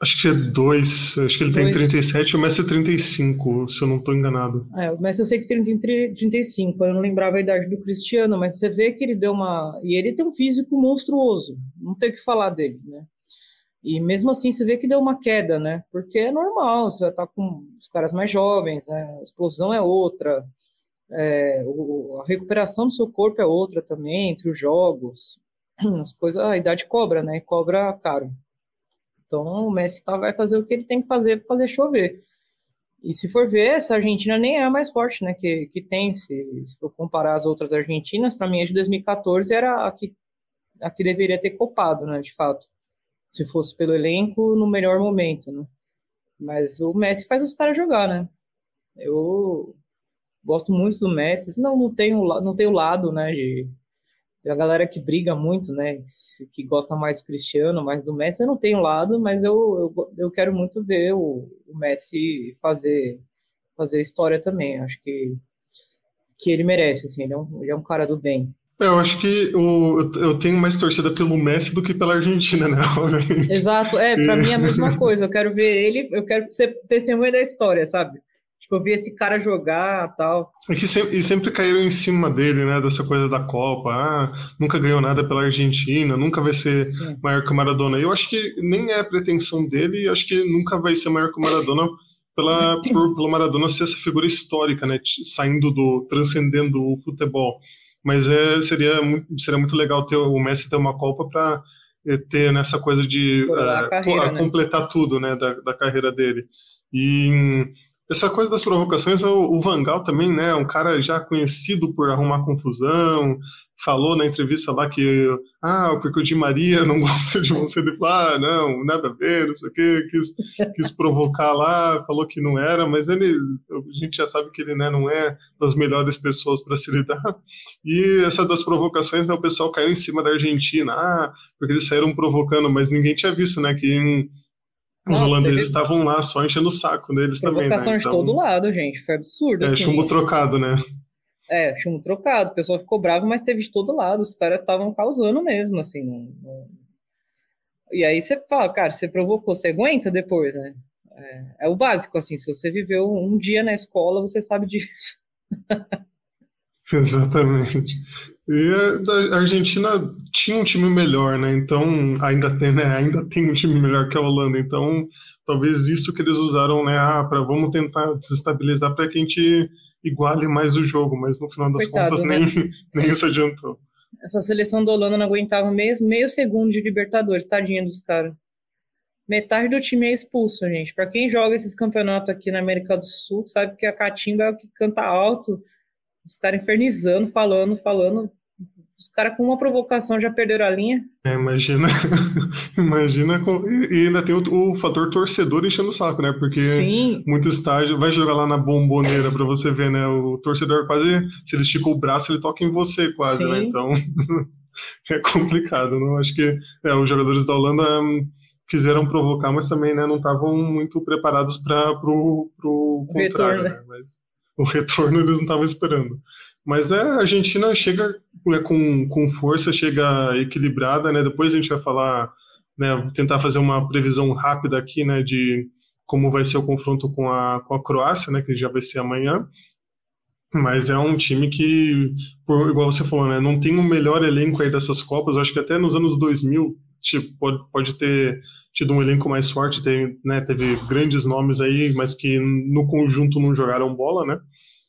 Acho que é dois, acho que ele dois. Tem trinta e sete e o Messi trinta e cinco, se eu não estou enganado. É, o Messi eu sei que tem trinta e cinco, eu não lembrava a idade do Cristiano, mas você vê que ele deu uma... E ele tem um físico monstruoso, não tem o que falar dele, né? E mesmo assim você vê que deu uma queda, né? Porque é normal, você vai estar com os caras mais jovens, né? A explosão é outra, é, o, a recuperação do seu corpo é outra também, entre os jogos, as coisas, a idade cobra, né? Cobra caro. Então o Messi tá, vai fazer o que ele tem que fazer para fazer chover. E se for ver, essa Argentina nem é a mais forte, né, que, que tem. Se, se for comparar as outras Argentinas, para mim a de dois mil e catorze era a que, a que deveria ter copado, né, de fato. Se fosse pelo elenco, no melhor momento, né. Mas o Messi faz os caras jogar, né. Eu gosto muito do Messi. Não, não tenho, não tenho lado, né, de... A galera que briga muito, né, que gosta mais do Cristiano, mais do Messi, eu não tenho lado, mas eu, eu, eu quero muito ver o, o Messi fazer, fazer história também. Acho que, que ele merece, assim, ele é, um, ele é um cara do bem. Eu acho que o, eu tenho mais torcida pelo Messi do que pela Argentina, né? Exato, é, pra mim é a mesma coisa. Eu quero ver ele, eu quero ser testemunha da história, sabe? Eu vi esse cara jogar e tal. E, que sempre, e sempre caíram em cima dele, né? Dessa coisa da Copa. Ah, nunca ganhou nada pela Argentina, nunca vai ser Sim. maior que o Maradona. Eu acho que nem é a pretensão dele, acho que nunca vai ser maior que o Maradona pela, por, pelo Maradona ser essa figura histórica, né? Saindo do, transcendendo o futebol. Mas é, seria, muito, seria muito legal ter o Messi ter uma Copa para ter nessa coisa de uh, carreira, a, né? completar tudo, né? Da, da carreira dele. E essa coisa das provocações, o Van Gaal também, né, um cara já conhecido por arrumar confusão, falou na entrevista lá que, ah, porque o Di Maria não gosta de você, ele falou, ah, não, nada a ver, não sei o quê, quis, quis provocar lá, falou que não era, mas ele, a gente já sabe que ele, né, não é das melhores pessoas para se lidar, e essa das provocações, né, o pessoal caiu em cima da Argentina, ah, porque eles saíram provocando, mas ninguém tinha visto, né, que em Os não, holandeses teve... estavam lá só enchendo o saco deles também, né? Provocação de então... todo lado, gente. Foi absurdo. É, assim. chumbo trocado, né? É, chumbo trocado. O pessoal ficou bravo, mas teve de todo lado. Os caras estavam causando mesmo, assim. Não, não... E aí você fala, cara, você provocou, você aguenta depois, né? É, é o básico, assim. Se você viveu um dia na escola, você sabe disso. Exatamente. E a Argentina tinha um time melhor, né? Então ainda tem, né? Ainda tem um time melhor que a Holanda. Então talvez isso que eles usaram, né? Ah, para vamos tentar desestabilizar para que a gente iguale mais o jogo. Mas no final das Coitado, contas né? nem, nem isso adiantou. Essa seleção da Holanda não aguentava meio, meio segundo de Libertadores, tadinha dos caras. Metade do time é expulso, gente. Para quem joga esses campeonatos aqui na América do Sul, sabe que a catimba é o que canta alto. Os caras infernizando, falando, falando. Os caras com uma provocação já perderam a linha. É, imagina. imagina com, e ainda tem o, o fator torcedor enchendo o saco, né? Porque Sim. muito estádio vai jogar lá na Bomboneira pra você ver, né? O torcedor quase, se ele estica o braço, ele toca em você quase, Sim. né? Então é complicado, não? Acho que é, os jogadores da Holanda um, quiseram provocar, mas também, né, não estavam muito preparados para pro, pro contrário, retorno, né? Mas o retorno eles não estavam esperando. Mas é, a Argentina chega, né, com, com força, chega equilibrada, né? Depois a gente vai falar, né, tentar fazer uma previsão rápida aqui, né, de como vai ser o confronto com a, com a Croácia, né, que já vai ser amanhã. Mas é um time que, por, igual você falou, né, não tem o melhor elenco aí dessas Copas. Eu acho que até nos anos dois mil tipo, pode, pode ter tido um elenco mais forte, teve, né, teve grandes nomes aí, mas que no conjunto não jogaram bola, né?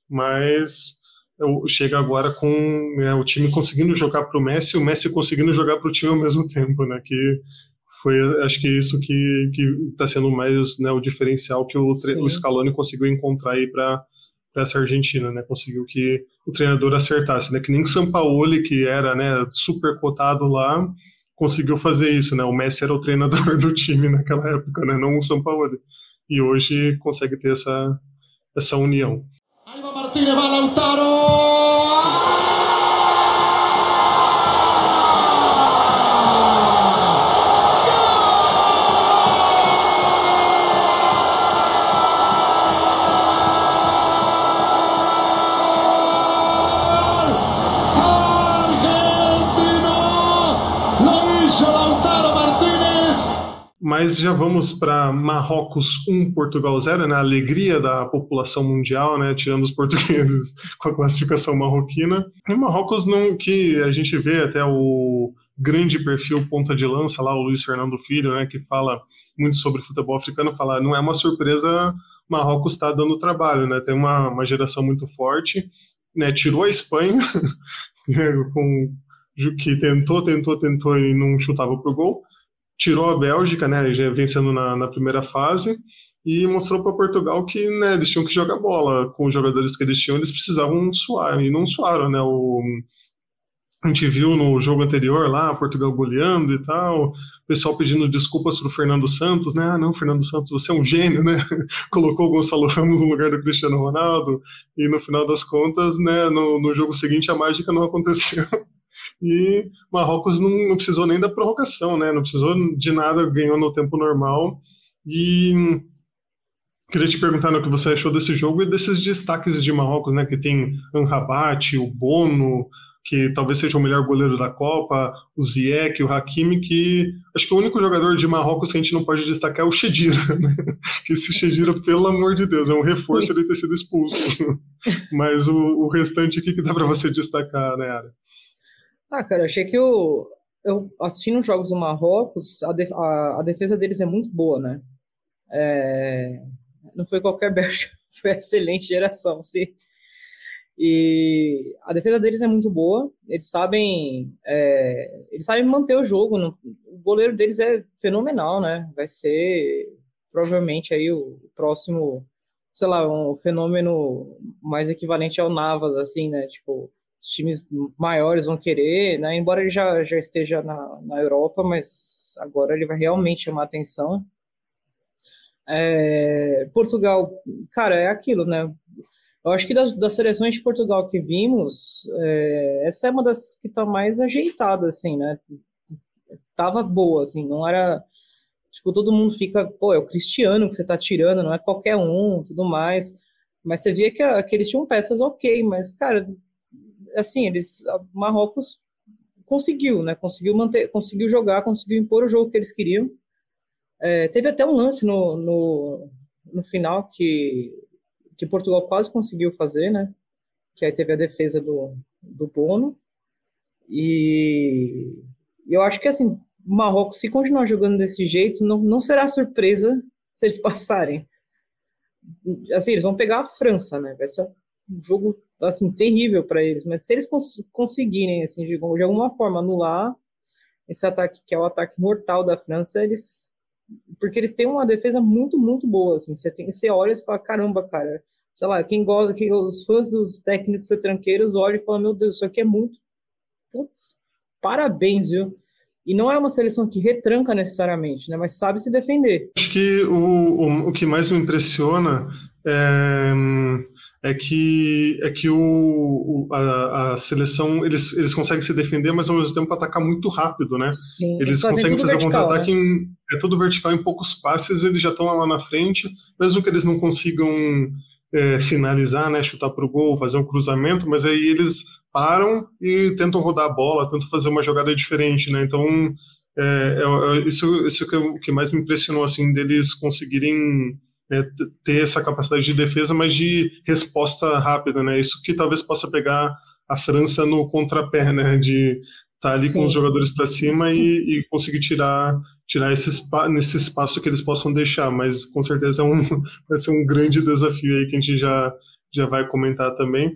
Mas chega agora com, né, o time conseguindo jogar para o Messi, o Messi conseguindo jogar para o time ao mesmo tempo, né? Que foi, acho que isso que está sendo mais, né, o diferencial que o, o Scaloni conseguiu encontrar aí para essa Argentina, né? Conseguiu que o treinador acertasse, né? Que nem Sampaoli, que era, né, super cotado lá, conseguiu fazer isso, né? O Messi era o treinador do time naquela época, né? Não o Sampaoli. E hoje consegue ter essa, essa união. Aí vai Martínez, vai Lautaro! Mas já vamos para Marrocos um, Portugal zero, né? A alegria da população mundial, né? Tirando os portugueses com a classificação marroquina. E Marrocos, não, que a gente vê até o grande perfil ponta de lança lá, o Luiz Fernando Filho, né? Que fala muito sobre futebol africano, fala, não é uma surpresa, Marrocos está dando trabalho, né? Tem uma, uma geração muito forte, né? Tirou a Espanha, com, que tentou, tentou, tentou e não chutava pro gol. Tirou a Bélgica, né, já vencendo na, na primeira fase, e mostrou para Portugal que, né, eles tinham que jogar bola. Com os jogadores que eles tinham, eles precisavam suar, e não suaram, né? O, a gente viu no jogo anterior lá, Portugal goleando e tal, o pessoal pedindo desculpas pro Fernando Santos, né? Ah, não, Fernando Santos, você é um gênio, né? Colocou o Gonçalo Ramos no lugar do Cristiano Ronaldo, e no final das contas, né, no, no jogo seguinte a mágica não aconteceu. E Marrocos não, não precisou nem da prorrogação, né? Não precisou de nada, ganhou no tempo normal. E queria te perguntar no que você achou desse jogo e desses destaques de Marrocos, né? Que tem Amrabat, o Bono, que talvez seja o melhor goleiro da Copa, o Ziyech, o Hakimi, que acho que o único jogador de Marrocos que a gente não pode destacar é o Khedira, né? Que esse Khedira, pelo amor de Deus, é um reforço ele ter sido expulso. Mas o, o restante aqui que dá para você destacar, né, Ara? Ah, cara, achei que eu, eu assistindo os jogos do Marrocos, a, def, a, a defesa deles é muito boa, né? É, não foi qualquer Bélgica, foi excelente geração, sim. E a defesa deles é muito boa, eles sabem, é, eles sabem manter o jogo, no, o goleiro deles é fenomenal, né? Vai ser provavelmente aí o próximo, sei lá, um fenômeno mais equivalente ao Navas, assim, né? Tipo, os times maiores vão querer, né? Embora ele já, já esteja na, na Europa, mas agora ele vai realmente chamar atenção. É, Portugal, cara, é aquilo, né? Eu acho que das, das seleções de Portugal que vimos, é, essa é uma das que tá mais ajeitada, assim, né? Tava boa, assim, não era... Tipo, todo mundo fica, pô, é o Cristiano que você tá tirando, não é qualquer um, tudo mais. Mas você via que, que eles tinham peças ok, mas, cara... assim, eles, Marrocos conseguiu, né, conseguiu manter, conseguiu jogar, conseguiu impor o jogo que eles queriam. É, teve até um lance no, no, no final que, que Portugal quase conseguiu fazer, né, que aí teve a defesa do, do Bono, e eu acho que, assim, o Marrocos, se continuar jogando desse jeito, não, não será surpresa se eles passarem. Assim, eles vão pegar a França, né, vai ser um jogo assim, terrível para eles, mas se eles cons- conseguirem, assim, de, de alguma forma anular esse ataque, que é o ataque mortal da França, eles, porque eles têm uma defesa muito, muito boa, assim, você, tem, você olha e fala, caramba, cara, sei lá, quem gosta, que os fãs dos técnicos retranqueiros olham e falam, meu Deus, isso aqui é muito, putz, parabéns, viu? E não é uma seleção que retranca necessariamente, né, mas sabe se defender. Acho que o, o, o que mais me impressiona é... é que, é que o, o, a, a seleção, eles, eles conseguem se defender, mas ao mesmo tempo atacar muito rápido, né? Sim, eles conseguem fazer o contra-ataque, né? em, é tudo vertical, em poucos passes, eles já estão lá na frente, mesmo que eles não consigam é, finalizar, né, chutar para o gol, fazer um cruzamento, mas aí eles param e tentam rodar a bola, tentam fazer uma jogada diferente, né? Então, é, é, isso, isso que, o que mais me impressionou, assim, deles conseguirem... É, ter essa capacidade de defesa, mas de resposta rápida, né? Isso que talvez possa pegar a França no contrapé, né? De estar tá ali Sim. com os jogadores para cima e, e conseguir tirar, tirar esse, spa, nesse espaço que eles possam deixar, mas com certeza é um, vai ser um grande desafio aí que a gente já, já vai comentar também,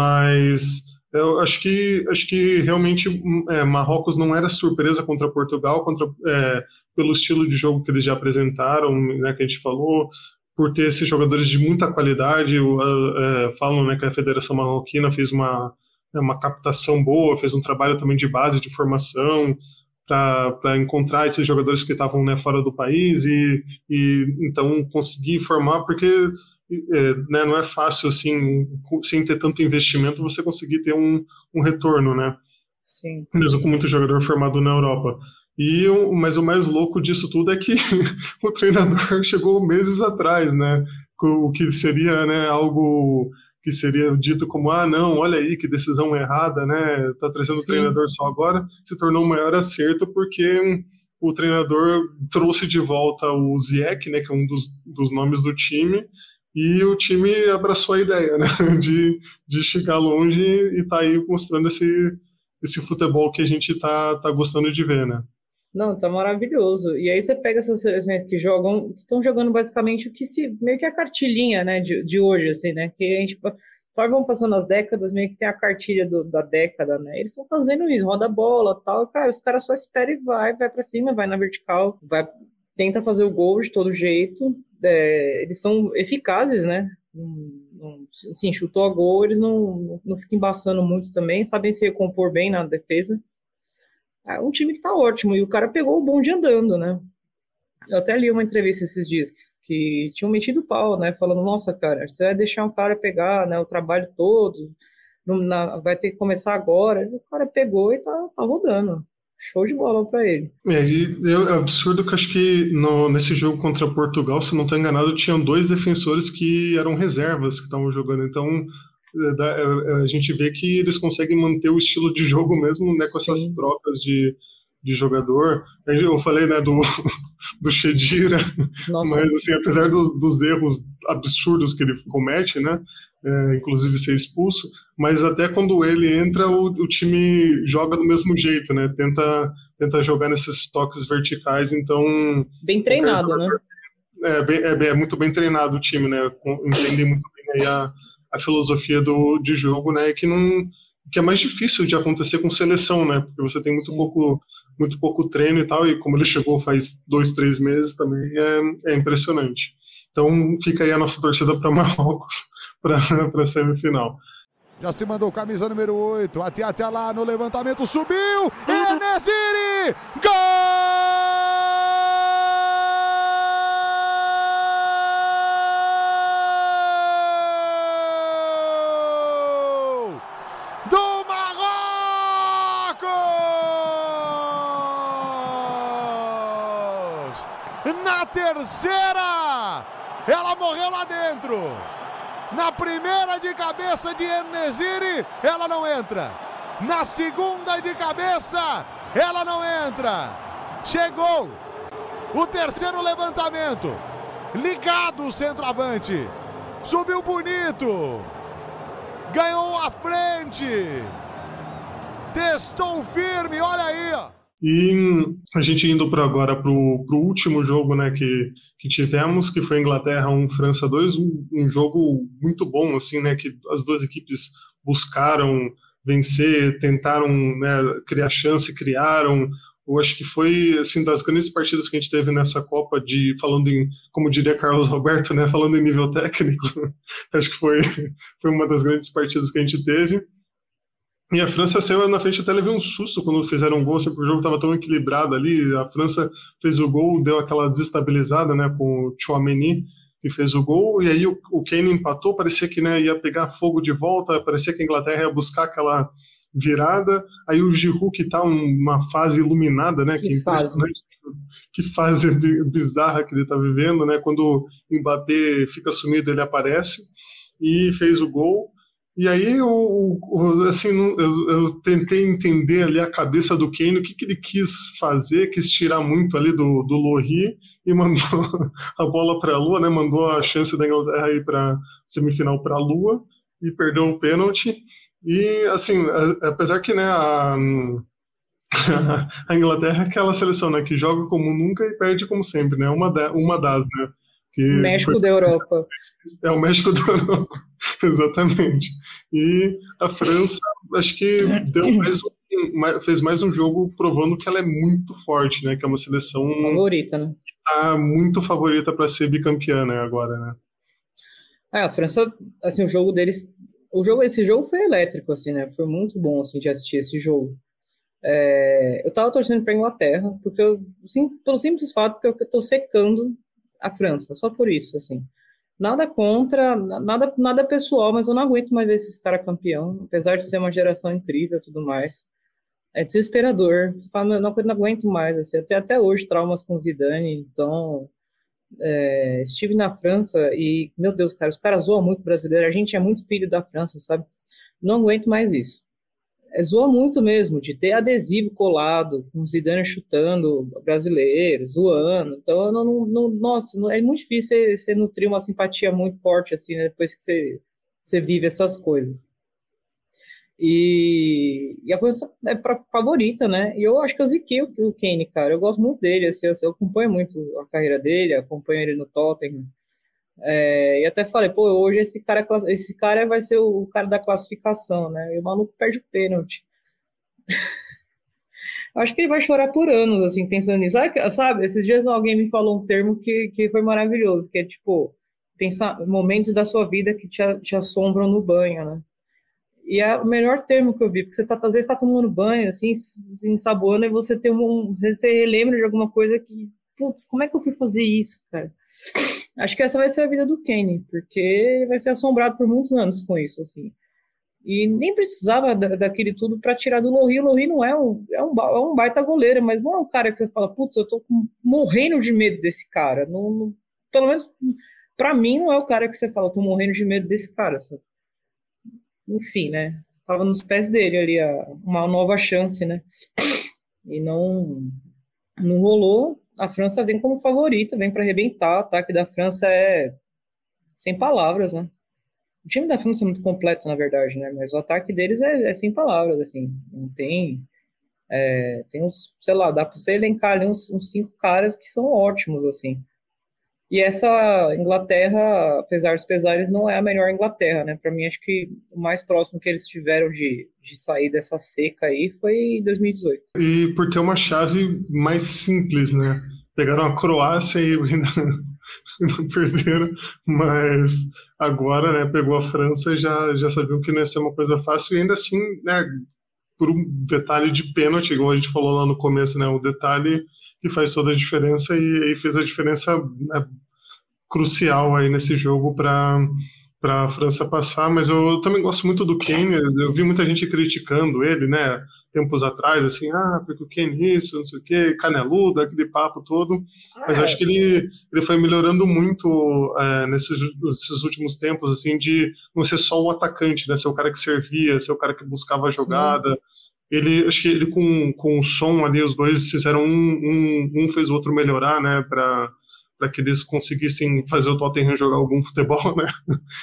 mas eu acho que, acho que realmente é, Marrocos não era surpresa contra Portugal, contra, é, pelo estilo de jogo que eles já apresentaram, né, que a gente falou, por ter esses jogadores de muita qualidade. É, falam, né, que a Federação Marroquina fez uma, uma captação boa, fez um trabalho também de base, de formação, para encontrar esses jogadores que estavam, né, fora do país e, e então conseguir formar, porque é, né, não é fácil, assim, sem ter tanto investimento, você conseguir ter um, um retorno, né? Sim. Mesmo com muito jogador formado na Europa. E, mas o mais louco disso tudo é que o treinador chegou meses atrás, né? O que seria, né, algo que seria dito como, ah, não, olha aí que decisão errada, né? Tá trazendo o treinador só agora, se tornou o maior acerto porque o treinador trouxe de volta o Ziyech, né, que é um dos, dos nomes do time, e o time abraçou a ideia, né, de, de chegar longe e tá aí mostrando esse, esse futebol que a gente tá, tá gostando de ver, né. Não, tá maravilhoso. E aí você pega essas seleções que jogam, que estão jogando basicamente o que se, meio que a cartilhinha, né, de, de hoje, assim, né, que a gente, conforme vão passando as décadas, meio que tem a cartilha do, da década, né, eles estão fazendo isso, roda a bola, tal, cara, os caras só esperam e vai, vai pra cima, vai na vertical, vai, tenta fazer o gol de todo jeito, é, eles são eficazes, né, assim, chutou a gol, eles não, não, não ficam embaçando muito também, sabem se recompor bem na defesa. É um time que tá ótimo, e o cara pegou o bonde andando, né? Eu até li uma entrevista esses dias, que, que tinham metido o pau, né? Falando, nossa, cara, você vai deixar um cara pegar, né, o trabalho todo, não, na, vai ter que começar agora. O cara pegou e tá, tá rodando. Show de bola pra ele. É, e é absurdo que acho que no, nesse jogo contra Portugal, se não estou enganado, tinham dois defensores que eram reservas que estavam jogando, então a gente vê que eles conseguem manter o estilo de jogo mesmo, né, com essas Sim. trocas de, de jogador. Eu falei, né, do, do Khedira, mas assim, apesar dos, dos erros absurdos que ele comete, né, é, inclusive ser expulso, mas até quando ele entra, o, o time joga do mesmo jeito, né, tenta, tenta jogar nesses toques verticais, então... Bem treinado, jogador, né? É, bem, é, é muito bem treinado o time, né, entendem muito bem aí a a filosofia do, de jogo, né, que, não, que é mais difícil de acontecer com seleção, né, porque você tem muito pouco, muito pouco treino e tal, e como ele chegou faz dois, três meses também, é, é impressionante. Então fica aí a nossa torcida para Marrocos, para a semifinal. Já se mandou camisa número oito, até até lá no levantamento, subiu, En-Nesyri, gol! Terceira, ela morreu lá dentro. Na primeira de cabeça de En-Nesyri, ela não entra. Na segunda de cabeça, ela não entra. Chegou o terceiro levantamento. Ligado o centroavante. Subiu bonito. Ganhou a frente. Testou firme, olha aí, ó. E a gente indo para agora para o último jogo, né, que, que tivemos, que foi Inglaterra um, França dois, um, um jogo muito bom, assim, né, que as duas equipes buscaram vencer, tentaram, né, criar chance, criaram. Eu acho que foi, assim, das grandes partidas que a gente teve nessa Copa, de, falando em, como diria Carlos Alberto, né, falando em nível técnico, acho que foi, foi uma das grandes partidas que a gente teve. E a França saiu na frente, até levei um susto quando fizeram um gol, assim, porque o jogo estava tão equilibrado ali. A França fez o gol, deu aquela desestabilizada, né, com o Tchouaméni, que fez o gol, e aí o, o Kane empatou, parecia que, né, ia pegar fogo de volta, parecia que a Inglaterra ia buscar aquela virada. Aí o Giroud, que está uma fase iluminada, né, que, que fase, que fase bizarra que ele está vivendo, né, quando o Mbappé fica sumido, ele aparece e fez o gol. E aí, eu, eu, assim, eu, eu tentei entender ali a cabeça do Kane, o que, que ele quis fazer, quis tirar muito ali do, do Lohri e mandou a bola para a Lua, né? Mandou a chance da Inglaterra ir para semifinal para a Lua e perdeu o pênalti. E, assim, apesar que, né, a, a Inglaterra é aquela seleção, né, que joga como nunca e perde como sempre, né? Uma, da, uma das, né? Que o México foi... da Europa. É o México da Europa, exatamente. E a França, acho que deu mais um, fez mais um jogo provando que ela é muito forte, né? Que é uma seleção favorita, né? Que tá muito favorita para ser bicampeã, né? Agora, né? É, a França, assim, o jogo deles, o jogo, esse jogo foi elétrico, assim, né? Foi muito bom, assim, de assistir esse jogo. É, eu tava torcendo para Inglaterra, porque eu, sim, pelo simples fato que eu tô secando a França, só por isso, assim. Nada contra, nada, nada pessoal, mas eu não aguento mais ver esses caras campeão, apesar de ser uma geração incrível e tudo mais. É desesperador. Você fala, não, não aguento mais, assim. Até, até hoje, traumas com Zidane, então... É, estive na França e, meu Deus, cara, os caras zoam muito brasileiro, a gente é muito filho da França, sabe? Não aguento mais isso. é, zoa muito mesmo, de ter adesivo colado, com Zidane chutando brasileiro, zoando. Então, eu não, não, não, nossa, não, é muito difícil você, você nutrir uma simpatia muito forte, assim, né, depois que você, você vive essas coisas. E, e a França é pra favorita, né? E eu acho que eu ziquei o, o Kane, cara. Eu gosto muito dele, assim, eu, eu acompanho muito a carreira dele, acompanho ele no Tottenham. É, e até falei, pô, hoje esse cara, esse cara vai ser o, o cara da classificação, né? E o maluco perde o pênalti. Acho que ele vai chorar por anos, assim, pensando nisso. Sabe, sabe, esses dias alguém me falou um termo que, que foi maravilhoso, que é tipo, pensar momentos da sua vida que te, te assombram no banho, né? E é o melhor termo que eu vi, porque você tá, às vezes tá tomando banho, assim, se ensaboando, e você tem um. Você lembra de alguma coisa que. Putz, como é que eu fui fazer isso, cara? Acho que essa vai ser a vida do Kane, porque vai ser assombrado por muitos anos com isso, assim. E nem precisava da, daquele tudo para tirar do Lohri. O Lohri não é um, é, um, é um baita goleiro, mas não é um cara que você fala, putz, eu tô morrendo de medo desse cara. Não, não, pelo menos, para mim, não é o cara que você fala, eu tô morrendo de medo desse cara, sabe? Enfim, né? Tava nos pés dele ali a, uma nova chance, né? E não, não rolou. A França vem como favorita, vem para arrebentar. O ataque da França é sem palavras, né? O time da França é muito completo, na verdade, né? Mas o ataque deles é, é sem palavras, assim. Não tem... É, tem uns, sei lá, dá para você elencar ali uns, uns cinco caras que são ótimos, assim. E essa Inglaterra, apesar dos pesares, não é a melhor Inglaterra, né? Para mim, acho que o mais próximo que eles tiveram de, de sair dessa seca aí foi em dois mil e dezoito. E por ter uma chave mais simples, né? Pegaram a Croácia e ainda não perderam, mas agora, né, pegou a França e já, já sabiam que não ia ser uma coisa fácil, e ainda assim, né, por um detalhe de pênalti, igual a gente falou lá no começo, né, o detalhe que faz toda a diferença, e, e fez a diferença, né, crucial aí nesse jogo para para a França passar. Mas eu também gosto muito do Kane. Eu vi muita gente criticando ele, né, tempos atrás, assim, ah, porque o Kane isso, não sei o quê, caneludo, aquele papo todo. Mas eu acho que ele, ele foi melhorando muito é, nesses, nesses últimos tempos, assim, de não ser só o atacante, né, ser o cara que servia, ser o cara que buscava a jogada. Sim. Ele, acho que ele com, com o som ali, os dois fizeram um, um, um fez o outro melhorar, né, para para que eles conseguissem fazer o Tottenham jogar algum futebol, né?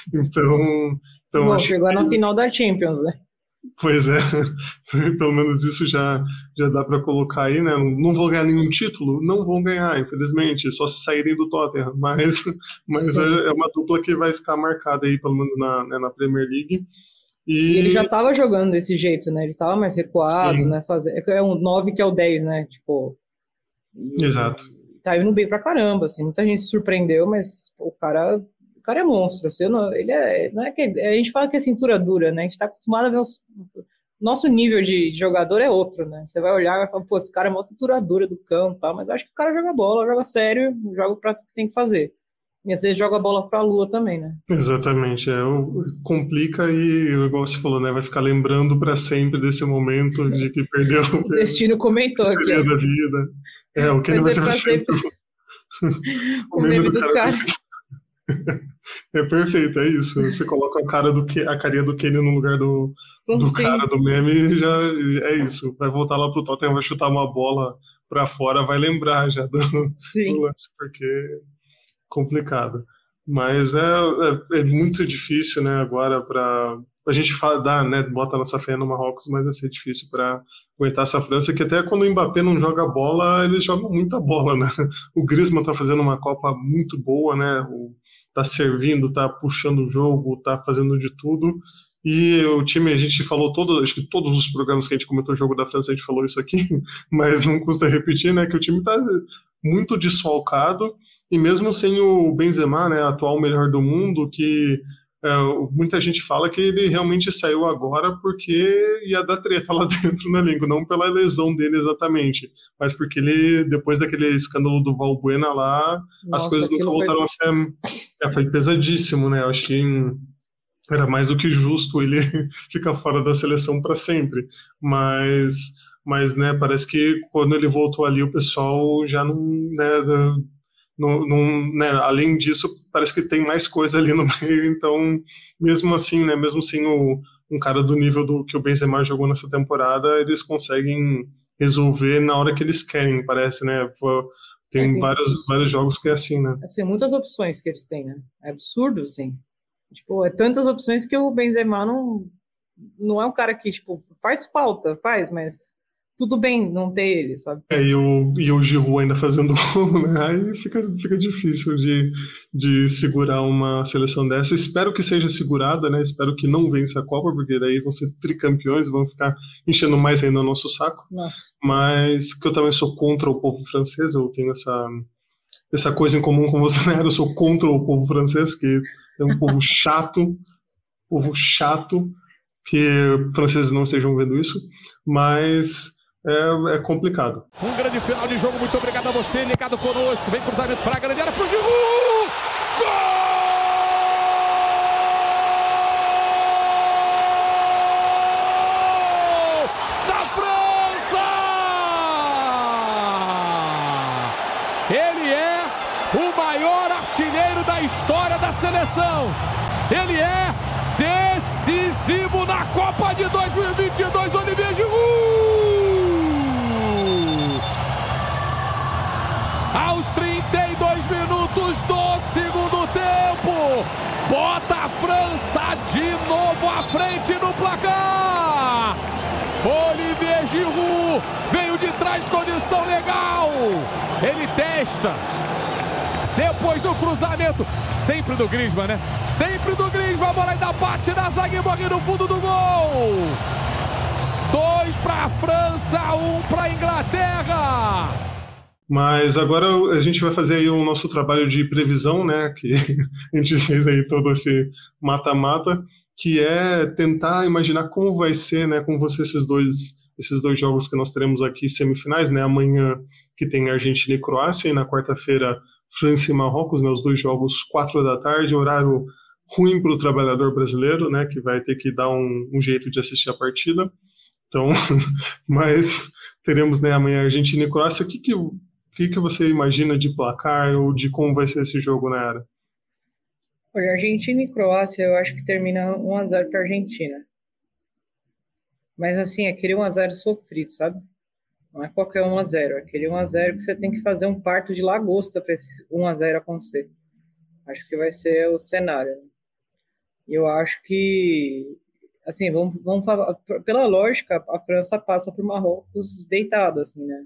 Então, então Bom, acho chegou que... na final da Champions, né? Pois é, pelo menos isso já, já dá para colocar aí, né? Não vão ganhar nenhum título? Não vão ganhar, infelizmente, só se saírem do Tottenham, mas, mas é, é uma dupla que vai ficar marcada aí, pelo menos na, né, na Premier League. E... e ele já estava jogando desse jeito, né? Ele estava mais recuado, Sim. né? Fazer... É um nove que é o dez, né? Tipo... E... Exato. Tá indo bem pra caramba, assim, muita gente se surpreendeu, mas pô, o cara, o cara é monstro, assim, não, ele é, não é que, a gente fala que é cintura dura, né, a gente tá acostumado a ver os, nosso nível de, de jogador é outro, né, você vai olhar e vai falar, pô, esse cara é uma cintura dura do campo e tal, mas acho que o cara joga bola, joga sério, joga pra o que tem que fazer, e às vezes joga a bola pra lua também, né. Exatamente, é, complica e, igual você falou, né, vai ficar lembrando pra sempre desse momento de que perdeu. O destino comentou aqui. Da vida. É, o Kane vai ser pra sempre. O, o meme do, do cara. cara. É perfeito, é isso. Você coloca a cara do que a carinha do Kane no lugar do, do cara do meme e já é isso. Vai voltar lá pro Tottenham, vai chutar uma bola pra fora, vai lembrar já do, do lance, porque é complicado. Mas é, é, é muito difícil, né, agora para a gente fala, dá, né, bota a nossa fé no Marrocos, mas vai ser difícil para aguentar essa França, que até quando o Mbappé não joga bola, eles jogam muita bola, né? O Griezmann tá fazendo uma Copa muito boa, né? O, tá servindo, tá puxando o jogo, tá fazendo de tudo. E o time, a gente falou todo, acho que todos os programas que a gente comentou o jogo da França, a gente falou isso aqui, mas não custa repetir, né, que o time tá muito desfalcado, e mesmo sem o Benzema, né, atual melhor do mundo, que é, muita gente fala que ele realmente saiu agora porque ia dar treta lá dentro no elenco, não pela lesão dele exatamente, mas porque ele, depois daquele escândalo do Valbuena lá, Nossa, as coisas nunca voltaram foi... a ser... É, foi pesadíssimo, né? Eu acho que era mais do que justo ele ficar fora da seleção para sempre, mas, mas né, parece que quando ele voltou ali o pessoal já não... Né, No, no, né, além disso, parece que tem mais coisa ali no meio, então, mesmo assim, né, mesmo sem o, um cara do nível do que o Benzema jogou nessa temporada, eles conseguem resolver na hora que eles querem, parece, né? Tem, é, tem vários, vários jogos que é assim, né? Assim, muitas opções que eles têm, né? É absurdo, assim. Tipo, é tantas opções que o Benzema não, não é um cara que, tipo, faz falta, faz, mas tudo bem não ter ele, sabe? É, e o, e o Giroud ainda fazendo gol, né? Aí fica, fica difícil de, de segurar uma seleção dessa. Espero que seja segurada, né? Espero que não vença a Copa, porque daí vão ser tricampeões, vão ficar enchendo mais ainda o nosso saco. Nossa. Mas que eu também sou contra o povo francês, eu tenho essa, essa coisa em comum com você, né? Eu sou contra o povo francês, que é um povo chato, povo chato, que franceses não estejam vendo isso, mas... É, é complicado. Um grande final de jogo, muito obrigado a você ligado conosco. Vem cruzamento para a grande área, para o Giroud! Gol! Da França! Ele é o maior artilheiro da história da seleção. Ele é decisivo na Copa de dois mil e vinte e dois, Olivier Giroud! Aos trinta e dois minutos do segundo tempo, bota a França de novo à frente no placar. Olivier Giroud veio de trás, condição legal. Ele testa. Depois do cruzamento, sempre do Griezmann, né? Sempre do Griezmann, a bola ainda bate na zaga e morre no fundo do gol. Dois para a França, um para a Inglaterra. Mas agora a gente vai fazer aí o nosso trabalho de previsão, né, que a gente fez aí todo esse mata-mata, que é tentar imaginar como vai ser, né, como vão ser esses dois, esses dois jogos que nós teremos aqui, semifinais, né, amanhã que tem Argentina e Croácia, e na quarta-feira França e Marrocos, né, os dois jogos quatro da tarde, horário ruim para o trabalhador brasileiro, né, que vai ter que dar um, um jeito de assistir a partida. Então, mas teremos, né, amanhã Argentina e Croácia. O que que O que, que você imagina de placar ou de como vai ser esse jogo na era? Olha, Argentina e Croácia, eu acho que termina um a zero para a Argentina. Mas assim, aquele um a zero sofrido, sabe? Não é qualquer um a zero, é aquele um a zero que você tem que fazer um parto de lagosta para esse um a zero acontecer. Acho que vai ser o cenário. E eu acho que, assim, vamos, vamos falar, pela lógica, a França passa por Marrocos deitado, assim, né?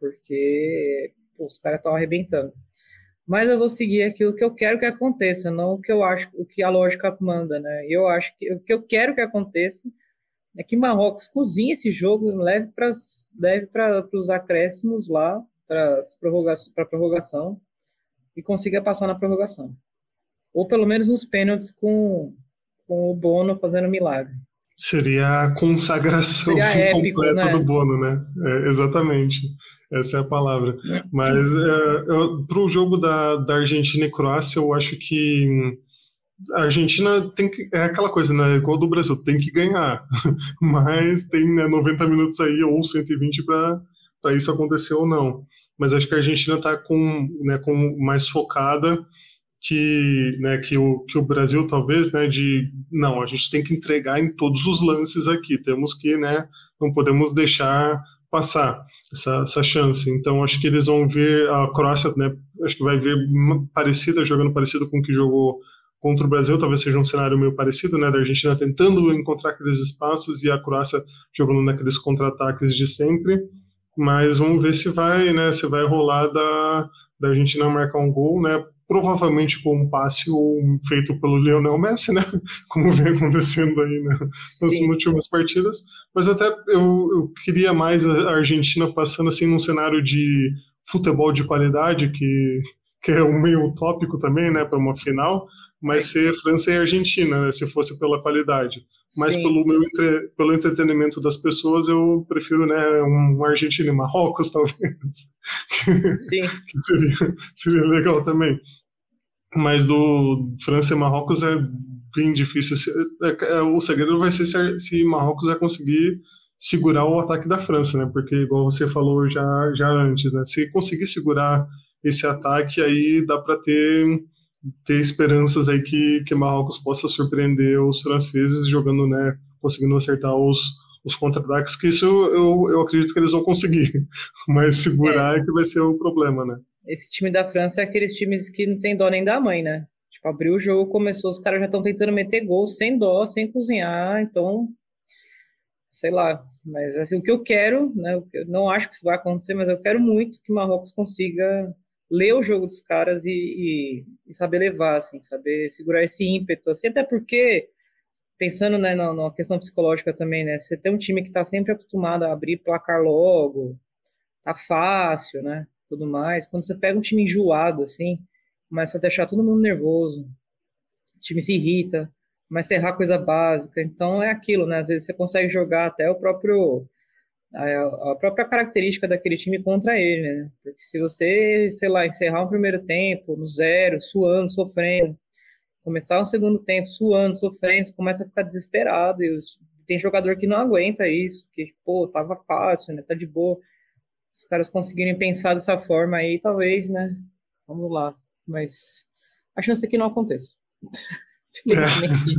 Porque pô, os caras estão arrebentando. Mas eu vou seguir aquilo que eu quero que aconteça, não o que eu acho, o que a lógica manda, né? Eu acho que o que eu quero que aconteça é que Marrocos cozinhe esse jogo, leve para leve para os acréscimos lá, para a prorrogação, e consiga passar na prorrogação. Ou pelo menos nos pênaltis com, com o Bono fazendo milagre. Seria a consagração Seria épico, completa, né, do Bono, né? É, exatamente. Essa é a palavra. Mas é, para o jogo da, da Argentina e Croácia, eu acho que a Argentina tem que, é aquela coisa, né? Igual do Brasil, tem que ganhar. Mas tem, né, noventa minutos aí ou cento e vinte para isso acontecer ou não. Mas acho que a Argentina está com, né, com mais focada que, né, que, o, que o Brasil, talvez, né, de não, a gente tem que entregar em todos os lances aqui. Temos que, né, não podemos deixar passar essa, essa chance. Então acho que eles vão ver a Croácia, né, acho que vai ver parecida, jogando parecido com o que jogou contra o Brasil, talvez seja um cenário meio parecido, né, da Argentina tentando encontrar aqueles espaços e a Croácia jogando naqueles contra-ataques de sempre, mas vamos ver se vai, né, se vai rolar da, da Argentina marcar um gol, né, provavelmente com um passe feito pelo Lionel Messi, né, como vem acontecendo aí, né, nas Sim. últimas partidas, mas até eu, eu queria mais a Argentina passando assim num cenário de futebol de qualidade, que, que é um meio utópico também, né, para uma final, mas ser França e Argentina, né, se fosse pela qualidade. Mas Sim. pelo meu entre, pelo entretenimento das pessoas, eu prefiro, né, um Argentina e Marrocos, talvez. Sim. que seria, seria legal também. Mas do França e Marrocos é bem difícil. É, é, o segredo vai ser se, se Marrocos vai conseguir segurar o ataque da França, né? Porque, igual você falou já, já antes, né? Se conseguir segurar esse ataque, aí dá para ter... ter esperanças aí que, que Marrocos possa surpreender os franceses jogando, né, conseguindo acertar os, os contra-ataques, que isso eu, eu acredito que eles vão conseguir, mas segurar é. é que vai ser o problema, né? Esse time da França é aqueles times que não tem dó nem da mãe, né? Tipo, abriu o jogo, começou, os caras já estão tentando meter gol sem dó, sem cozinhar, então, sei lá. Mas assim, o que eu quero, né? Eu não acho que isso vai acontecer, mas eu quero muito que o Marrocos consiga ler o jogo dos caras e, e, e saber levar, assim, saber segurar esse ímpeto, assim, até porque, pensando, né, na, na questão psicológica também, né? Você tem um time que está sempre acostumado a abrir placar logo, tá fácil, né? Tudo mais. Quando você pega um time enjoado, assim, começa a deixar todo mundo nervoso, o time se irrita, começa a errar coisa básica. Então é aquilo, né? Às vezes você consegue jogar até o próprio a, a própria característica daquele time contra ele, né? Porque se você, sei lá, encerrar um primeiro tempo no zero, suando, sofrendo, começar um segundo tempo suando, sofrendo, você começa a ficar desesperado. E tem jogador que não aguenta isso, que, pô, tava fácil, né? Tá de boa. Os caras conseguirem pensar dessa forma aí, talvez, né? Vamos lá. Mas a chance é que não aconteça. Felizmente.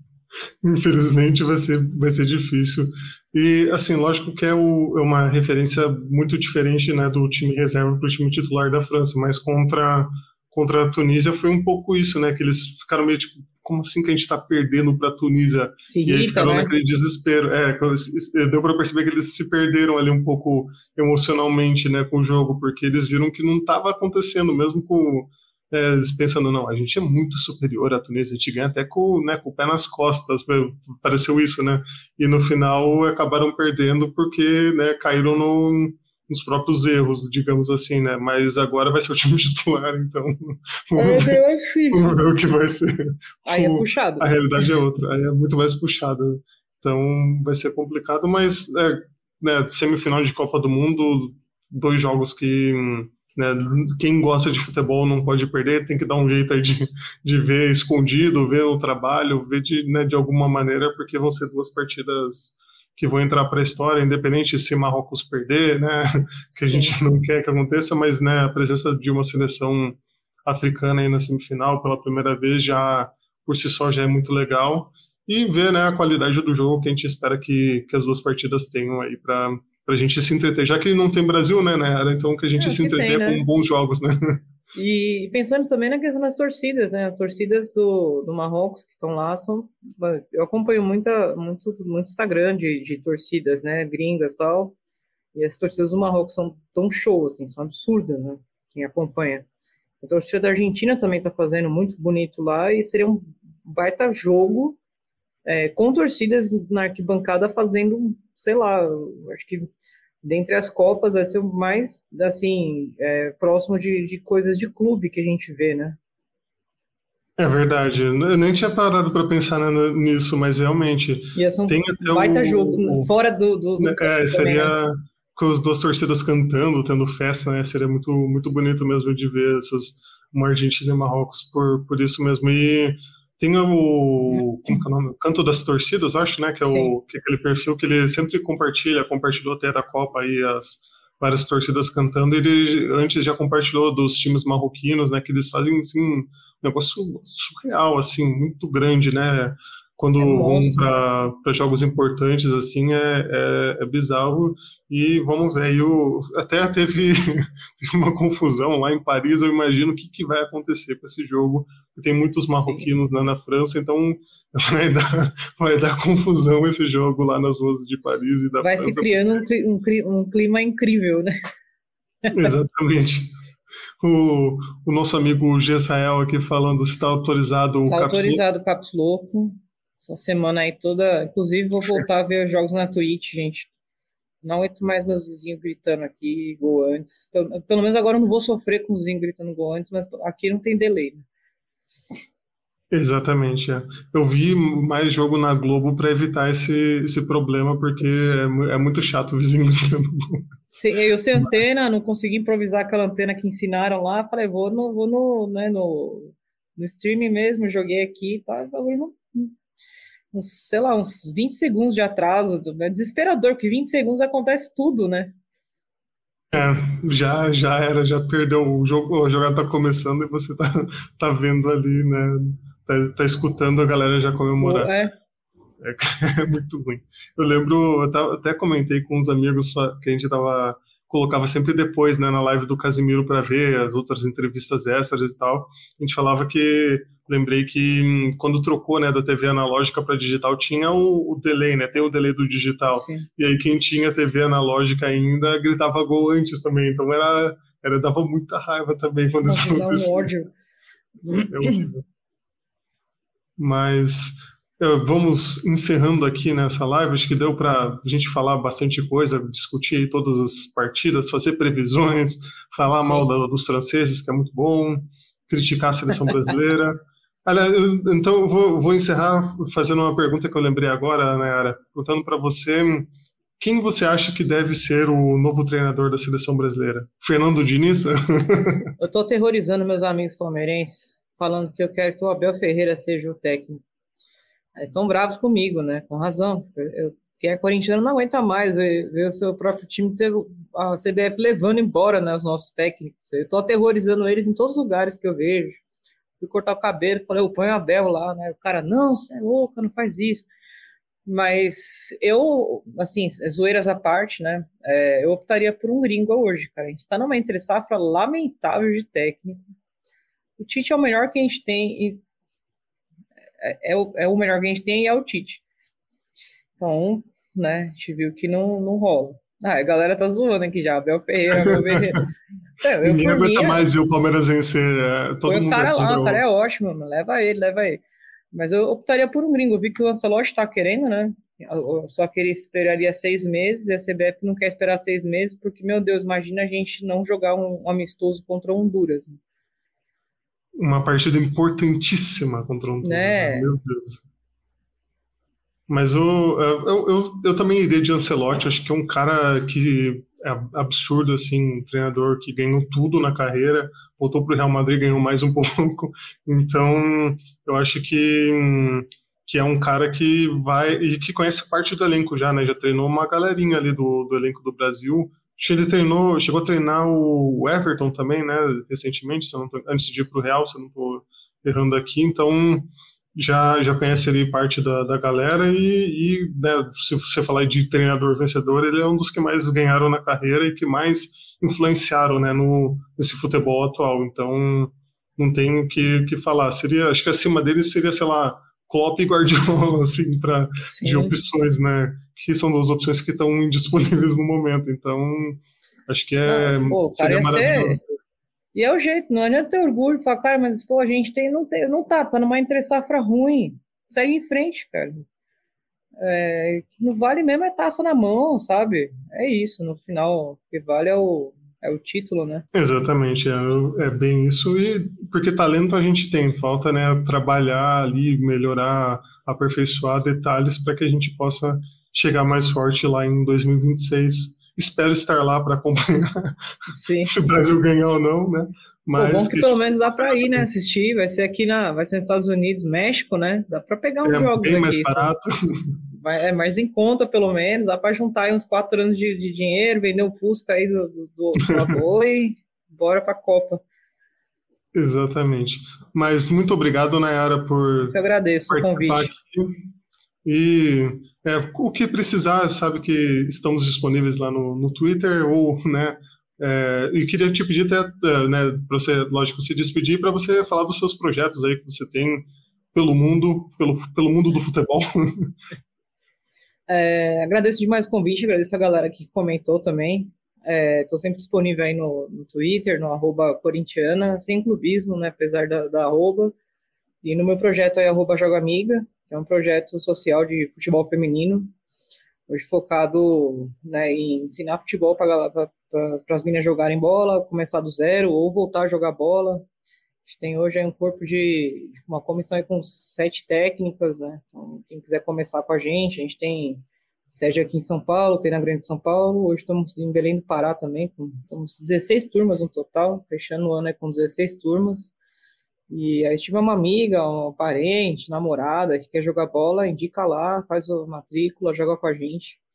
É. Infelizmente vai ser, vai ser difícil. E, assim, lógico que é, o, é uma referência muito diferente, né, do time reserva para o time titular da França, mas contra, contra a Tunísia foi um pouco isso, né? Que eles ficaram meio tipo, como assim que a gente está perdendo para a Tunísia? Se irrita, e aí ficaram né? naquele desespero. É, deu para perceber que eles se perderam ali um pouco emocionalmente, né, com o jogo, porque eles viram que não estava acontecendo, mesmo com é, eles pensando, não, a gente é muito superior à Tunísia, a gente ganha até com, né, com o pé nas costas, pareceu isso, né? E no final acabaram perdendo porque, né, caíram no, nos próprios erros, digamos assim, né? Mas agora vai ser o time titular, então vamos, ver, vamos ver o que vai ser. Aí é puxado. A realidade é outra, aí é muito mais puxada. Então vai ser complicado, mas é, né, semifinal de Copa do Mundo, dois jogos que, né, quem gosta de futebol não pode perder, tem que dar um jeito aí de, de ver escondido, ver o trabalho, ver de, né, de alguma maneira, porque vão ser duas partidas que vão entrar para a história, independente se Marrocos perder, né, que a Sim. gente não quer que aconteça, mas, né, a presença de uma seleção africana aí na semifinal pela primeira vez já por si só já é muito legal, e ver, né, a qualidade do jogo que a gente espera que, que as duas partidas tenham aí para para a gente se entreter, já que não tem Brasil, né, né, então que a gente é, se entreter tem, né? com bons jogos, né. E pensando também na questão das torcidas, né, as torcidas do, do Marrocos que estão lá são, eu acompanho muita, muito, muito Instagram de, de torcidas, né, gringas e tal, e as torcidas do Marrocos são tão show, assim, são absurdas, né, quem acompanha. A torcida da Argentina também está fazendo muito bonito lá, e seria um baita jogo é, com torcidas na arquibancada fazendo, sei lá, acho que dentre as Copas vai ser o mais, assim, é, próximo de, de coisas de clube que a gente vê, né? É verdade. Eu nem tinha parado para pensar nisso, mas realmente... Ia ser um tem até baita o, jogo, o, fora do... do, do é, seria também, né? Com as duas torcidas cantando, tendo festa, né? Seria muito, muito bonito mesmo de ver essas, uma Argentina e Marrocos por, por isso mesmo. E tem o, como que é o nome? Canto das Torcidas, acho, né? Que é, o, que é aquele perfil que ele sempre compartilha, compartilhou até da Copa aí as várias torcidas cantando. Ele antes já compartilhou dos times marroquinos, né? Que eles fazem assim, um negócio surreal, assim, muito grande, né? Quando é vão para jogos importantes, assim, é, é, é bizarro. E vamos ver aí, o, até teve, teve uma confusão lá em Paris, eu imagino o que, que vai acontecer com esse jogo. Tem muitos marroquinos lá na França, então vai dar, vai dar confusão esse jogo lá nas ruas de Paris e da vai França. Vai se criando um, um, um clima incrível, né? Exatamente. O, o nosso amigo Gessael aqui falando se está autorizado o Está Caps autorizado o Caps Louco. Essa semana aí toda, inclusive vou voltar a ver os jogos na Twitch, gente. Não aguento mais meus vizinhos gritando aqui, gol antes. Pelo, pelo menos agora eu não vou sofrer com os vizinhos gritando gol antes, mas aqui não tem delay, né? Exatamente, é. Eu vi mais jogo na Globo para evitar esse, esse problema, porque é, é muito chato o vizinho gritando gol. Eu sem antena, não consegui improvisar aquela antena que ensinaram lá, falei, vou no, vou no, né, no, no streaming mesmo, joguei aqui, tá, não, uns, sei lá, uns vinte segundos de atraso, é desesperador, porque vinte segundos acontece tudo, né? É, já, já era, já perdeu, o jogo, a jogada tá começando e você tá, tá vendo ali, né, tá, tá escutando a galera já comemorar. É. É, é muito ruim. Eu lembro, eu tava, até comentei com uns amigos que a gente tava, colocava sempre depois, né, na live do Casimiro para ver as outras entrevistas extras e tal. A gente falava que, lembrei que quando trocou, né, da T V analógica para digital, tinha o, o delay, né, tem o delay do digital. Sim. E aí quem tinha T V analógica ainda gritava gol antes também, então era, era dava muita raiva também quando isso Dá acontecia. um ódio. É horrível. Mas vamos encerrando aqui nessa live. Acho que deu para a gente falar bastante coisa, discutir aí todas as partidas, fazer previsões, falar Sim. mal da, dos franceses, que é muito bom, criticar a seleção brasileira. Aliás, eu, então eu vou, vou encerrar fazendo uma pergunta que eu lembrei agora, Nayara, perguntando para você, quem você acha que deve ser o novo treinador da seleção brasileira? Fernando Diniz? Eu tô aterrorizando meus amigos palmeirenses, falando que eu quero que o Abel Ferreira seja o técnico. Eles estão bravos comigo, né? Com razão. Eu, quem é corintiano não aguenta mais ver, ver o seu próprio time ter a C B F levando embora, né, os nossos técnicos. Eu estou aterrorizando eles em todos os lugares que eu vejo. Fui cortar o cabelo, falei, eu ponho o Abel lá, né? O cara, não, você é louco, não faz isso. Mas eu, assim, zoeiras à parte, né? É, eu optaria por um gringo hoje, cara. A gente tá numa entre-safra lamentável de técnico. O Tite é o melhor que a gente tem e É, é, o, é o melhor que a gente tem e é o Tite. Então, né, a gente viu que não, não rola. Ah, a galera tá zoando aqui já, Abel Ferreira, Abel Ferreira. É, eu, Ninguém aguenta mim, mais ver o Palmeiras vencer. É, todo põe mundo o cara lá, o cara o... é ótimo, mano, leva ele, leva ele. Mas eu optaria por um gringo, eu vi que o Ancelotti tá querendo, né, eu só que ele esperaria seis meses, e a C B F não quer esperar seis meses, porque, meu Deus, imagina a gente não jogar um, um amistoso contra Honduras, né? Uma partida importantíssima contra um né? Né? Meu Deus. Mas eu, eu, eu, eu também iria de Ancelotti, acho que é um cara que é absurdo, assim, um treinador que ganhou tudo na carreira, voltou para o Real Madrid, ganhou mais um pouco, então eu acho que, que é um cara que vai, e que conhece parte do elenco já, né, já treinou uma galerinha ali do, do elenco do Brasil. Acho que ele treinou, chegou a treinar o Everton também, né, recentemente, se eu não tô, antes de ir para o Real, se eu não estou errando aqui, então já, já conhece ali parte da, da galera e, e né, se você falar de treinador vencedor, ele é um dos que mais ganharam na carreira e que mais influenciaram, né, no, nesse futebol atual, então não tem o que, que falar. Seria, acho que acima dele seria, sei lá, Klopp e Guardiola, assim, pra, de opções, né? Que são duas opções que estão indisponíveis no momento. Então, acho que é, ah, pô, seria maravilhoso. Ser... E é o jeito, não adianta ter orgulho, falar, cara, mas pô, a gente tem, não, tem, não tá, tá numa entre-safra ruim. Segue em frente, cara. É, não vale mesmo é taça na mão, sabe? É isso, no final, o que vale é o, é o título, né? Exatamente, é, é bem isso, e porque talento a gente tem, falta, né, trabalhar ali, melhorar, aperfeiçoar detalhes para que a gente possa chegar mais forte lá em dois mil e vinte e seis. Espero estar lá para acompanhar Sim. se o Brasil ganhar ou não, né? Mas Pô, bom que, que pelo menos dá para ir, né? Assistir, vai ser aqui na, vai ser nos Estados Unidos, México, né? Dá para pegar uns é jogos bem aqui. mais barato. Vai, é mais em conta, pelo menos. Dá para juntar aí uns quatro anos de, de dinheiro, vender um Fusca aí do, do, do avô e bora para a Copa. Exatamente. Mas muito obrigado, Nayara, por Eu agradeço o convite. Aqui. E é, o que precisar, sabe que estamos disponíveis lá no, no Twitter, ou, né, é, e queria te pedir até, é, né, para você, lógico, se despedir, para você falar dos seus projetos aí que você tem pelo mundo, pelo, pelo mundo do futebol. É, agradeço demais o convite, agradeço a galera que comentou também. Estou é, sempre disponível aí no, no Twitter, no arroba corintiana, sem clubismo, né, apesar da, da arroba. E no meu projeto é arroba Joga Amiga, que é um projeto social de futebol feminino, hoje focado, né, em ensinar futebol para pra, as meninas jogarem bola, começar do zero ou voltar a jogar bola. A gente tem hoje aí um corpo de, de uma comissão aí com sete técnicas, né? Então, quem quiser começar com a gente, a gente tem sede aqui em São Paulo, tem na Grande São Paulo, hoje estamos em Belém do Pará também, com, estamos dezesseis turmas no total, fechando o ano aí com dezesseis turmas. E aí se tiver uma amiga, um parente, namorada que quer jogar bola, indica lá, faz a matrícula, joga com a gente.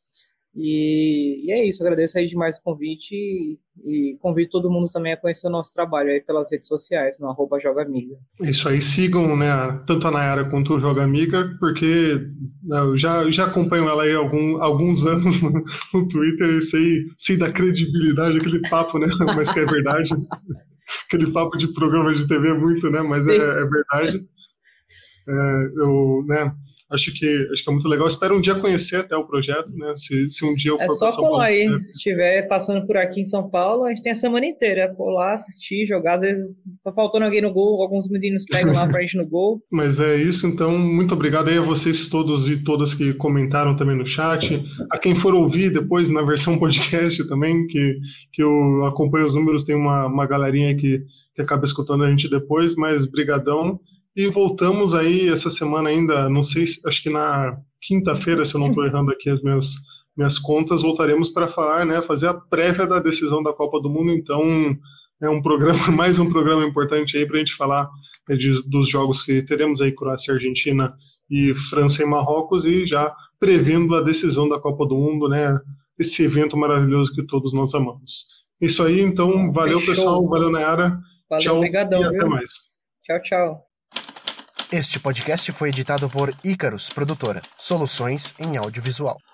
E, e é isso, agradeço aí demais o convite e, e convido todo mundo também a conhecer o nosso trabalho aí pelas redes sociais, no arroba Joga Amiga. Isso aí, sigam, né, tanto a Nayara quanto o Joga Amiga, porque né, eu já, já acompanho ela aí há algum, alguns anos no, no Twitter e sei, sei da credibilidade, aquele papo, né, mas que é verdade, aquele papo de programa de T V muito, né, mas é, é verdade. É, eu, né, Acho que, acho que é muito legal. Espero um dia conhecer até o projeto, né? Se, se um dia eu for É só para São colar Paulo, aí. né? Se estiver passando por aqui em São Paulo, a gente tem a semana inteira. Colar, assistir, jogar. Às vezes tá faltando alguém no gol, alguns meninos pegam lá pra gente no gol. Mas é isso, então, muito obrigado aí a vocês todos e todas que comentaram também no chat. A quem for ouvir depois na versão podcast também, que, que eu acompanho os números, tem uma, uma galerinha aí que, que acaba escutando a gente depois, mas brigadão. E voltamos aí essa semana ainda, não sei, acho que na quinta-feira, se eu não estou errando aqui as minhas, minhas contas, voltaremos para falar, né, fazer a prévia da decisão da Copa do Mundo. Então, é um programa, mais um programa importante aí para a gente falar né, de, dos jogos que teremos aí, Croácia, Argentina e França e Marrocos, e já prevendo a decisão da Copa do Mundo, né, esse evento maravilhoso que todos nós amamos. Isso aí, então, valeu, Fechou. Pessoal, valeu, Nayara. Valeu, tchau obrigadão, e até viu? mais. Tchau, tchau. Este podcast foi editado por Ícaros Produtora, soluções em audiovisual.